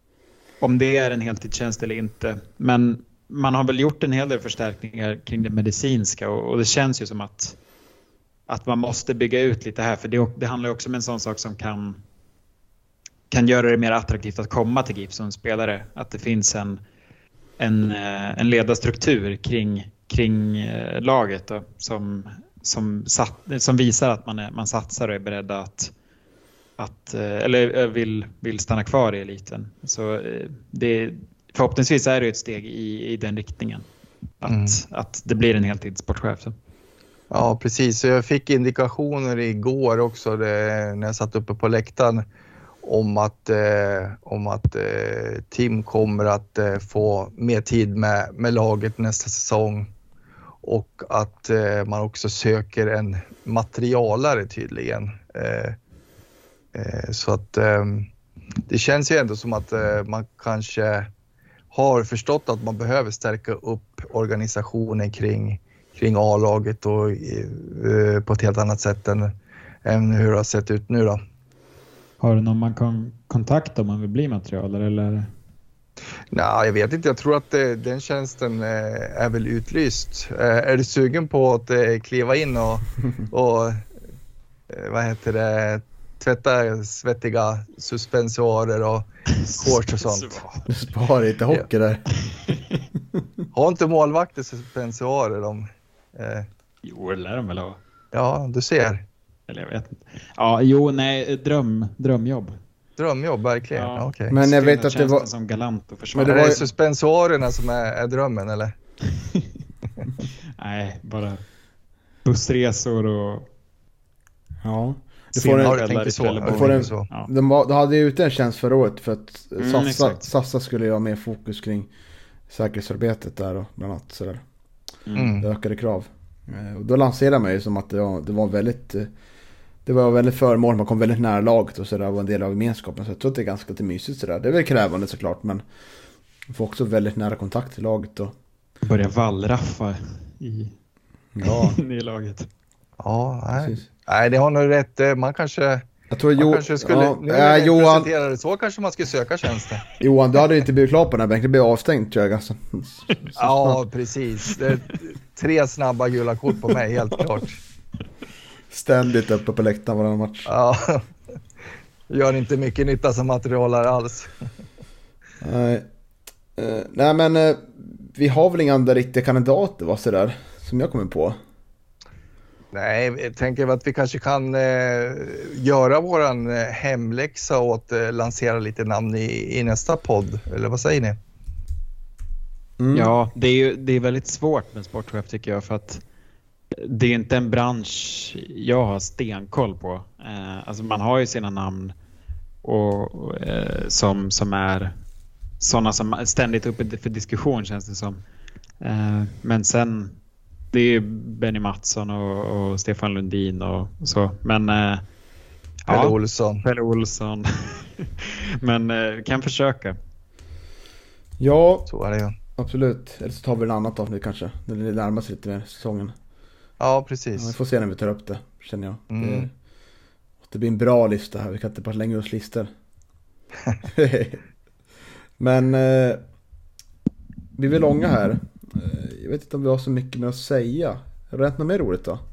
om det är en heltidstjänst eller inte. Men man har väl gjort en hel del förstärkningar kring det medicinska. Och, och det känns ju som att, att man måste bygga ut lite här. För det, det handlar också om en sån sak som kan, kan göra det mer attraktivt att komma till GIF som spelare. Att det finns en En, en ledarstruktur kring, kring laget då, som, som, sat, som visar att man, är, man satsar och är beredda att, att eller vill, vill stanna kvar i eliten. Så det, förhoppningsvis är det ett steg i, i den riktningen. Att, mm. att det blir en heltidssportchef. Så. Ja, precis. Jag fick indikationer igår också det, när jag satt uppe på läktaren om att, eh, om att eh, Tim kommer att eh, få mer tid med, med laget nästa säsong och att eh, man också söker en materialare tydligen. Eh, eh, så att eh, det känns ju ändå som att eh, man kanske har förstått att man behöver stärka upp organisationen kring, kring A-laget och eh, på ett helt annat sätt än, än hur det har sett ut nu då. Har du någon man kan kontakta om man vill bli materialare eller? Nej, jag vet inte. Jag tror att det, den tjänsten eh, är väl utlyst. Eh, är du sugen på att eh, kliva in och, och eh, vad heter det, tvätta svettiga suspensorer och shorts och sånt? Du sparar inte hockey där. Har inte målvakter suspensorer de? Eh. Jo, det lär de väl ha. Ja, du ser. Eller jag vet inte. Ja, jo, nej, dröm, drömjobb. Drömjobb, verkligen. Ja. Ja, okay. Men jag vet att det var... som galant och försvara. Men det var ju suspensorerna som är, är drömmen, eller? Nej, bara bussresor och... Ja. Du får en, ja, jag tänker så. Jag du får en, så. Ja. De, de hade ju ute en tjänst förra året för att Mm, Sassa, exakt. Sassa skulle ju ha mer fokus kring säkerhetsarbetet där och bland annat sådär. Mm. Det ökade krav. Eh, Och då lanserade man ju som att det var, det var väldigt eh, det var väldigt förmål, man kom väldigt nära laget och sådär, var en del av gemenskapen. Så jag tror att det är ganska lite mysigt sådär. Det är väl krävande såklart, men man får också väldigt nära kontakt till laget och Börja vallraffa i, ja, i laget. Ja, nej. precis. nej, det har nog rätt. eh, Man kanske, Jag tror man jo, kanske skulle, ja, nu när äh, vi Johan, presenterar det så kanske man skulle söka tjänsten. Johan, du hade ju inte blivit klar på den här bänken, det blev avstängt tror jag ganska. Ja, precis. Det är tre snabba gula kort på mig, helt klart. Ständigt uppe på läktaren varannan match. Ja, gör inte mycket nytta som materialare alls. Nej, uh, nej men uh, vi har väl inga andra riktiga kandidater va, sådär, som jag kommer på. Nej, jag tänker att vi kanske kan eh, göra våran eh, hemläxa och att eh, lansera lite namn i, i nästa podd. Eller vad säger ni? Mm. Ja, det är ju det är väldigt svårt med sportchef tycker jag, för att det är inte en bransch jag har stenkoll på. Eh, alltså man har ju sina namn och, och, eh, som, som är sådana som är ständigt uppe för diskussion känns det som. Eh, men sen det är ju Benny Mattsson och, och Stefan Lundin och, och så. Men eh, Pelle ja, Olsson. Pelle Olsson. Men eh, kan försöka. Ja, Så är det ju. absolut. Eller så tar vi en annat avsnitt kanske, när det närmar sig lite mer säsongen. Ja, Ja, precis. vi får se när vi tar upp det, känner jag. Mm. Det, det blir en bra lista här, vi kan inte bara slänga oss listor. Men eh, vi är väl långa här. Eh, jag vet inte om vi har så mycket mer att säga. Har du rätt något mer roligt då?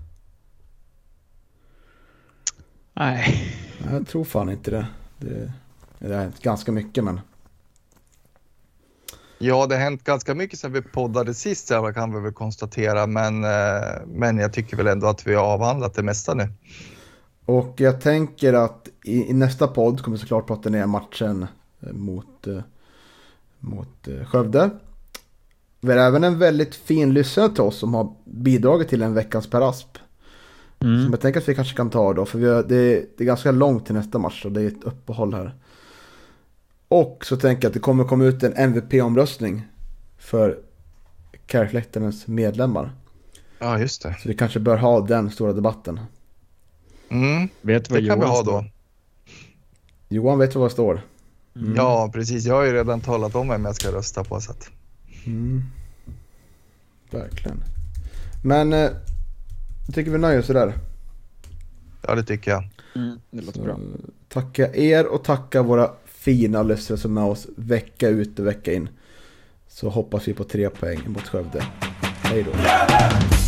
Nej. Jag tror fan inte det. Det, det är ganska mycket, men Ja, det har hänt ganska mycket sedan vi poddade sist, jag kan vi väl konstatera. Men, eh, men jag tycker väl ändå att vi har avhandlat det mesta nu. och jag tänker att i, i nästa podd kommer vi såklart prata ner matchen eh, mot, eh, mot eh, Skövde. Vi har även en väldigt fin lyssnare till oss som har bidragit till en veckans Per Asp. Mm. Som jag tänker att vi kanske kan ta då. För vi har, det, det är ganska långt till nästa match och det är ett uppehåll här. Och så tänker jag att det kommer komma ut en M V P-omröstning för Kärrfläktarens medlemmar. Ja, just det. Så vi kanske bör ha den stora debatten. Mm, Vet du vad det kan vi Johan ha står? då. Johan vet vad det står. Mm. Ja, precis. Jag har ju redan talat om vem jag ska rösta på. Så att... Mm. Verkligen. Men eh, jag tycker vi nöjer oss där. Ja, det tycker jag. Mm, det låter bra. Tacka er och tacka våra fina lyssnare som är med oss vecka ut och vecka in. Så hoppas vi på tre poäng mot Skövde. Hej då.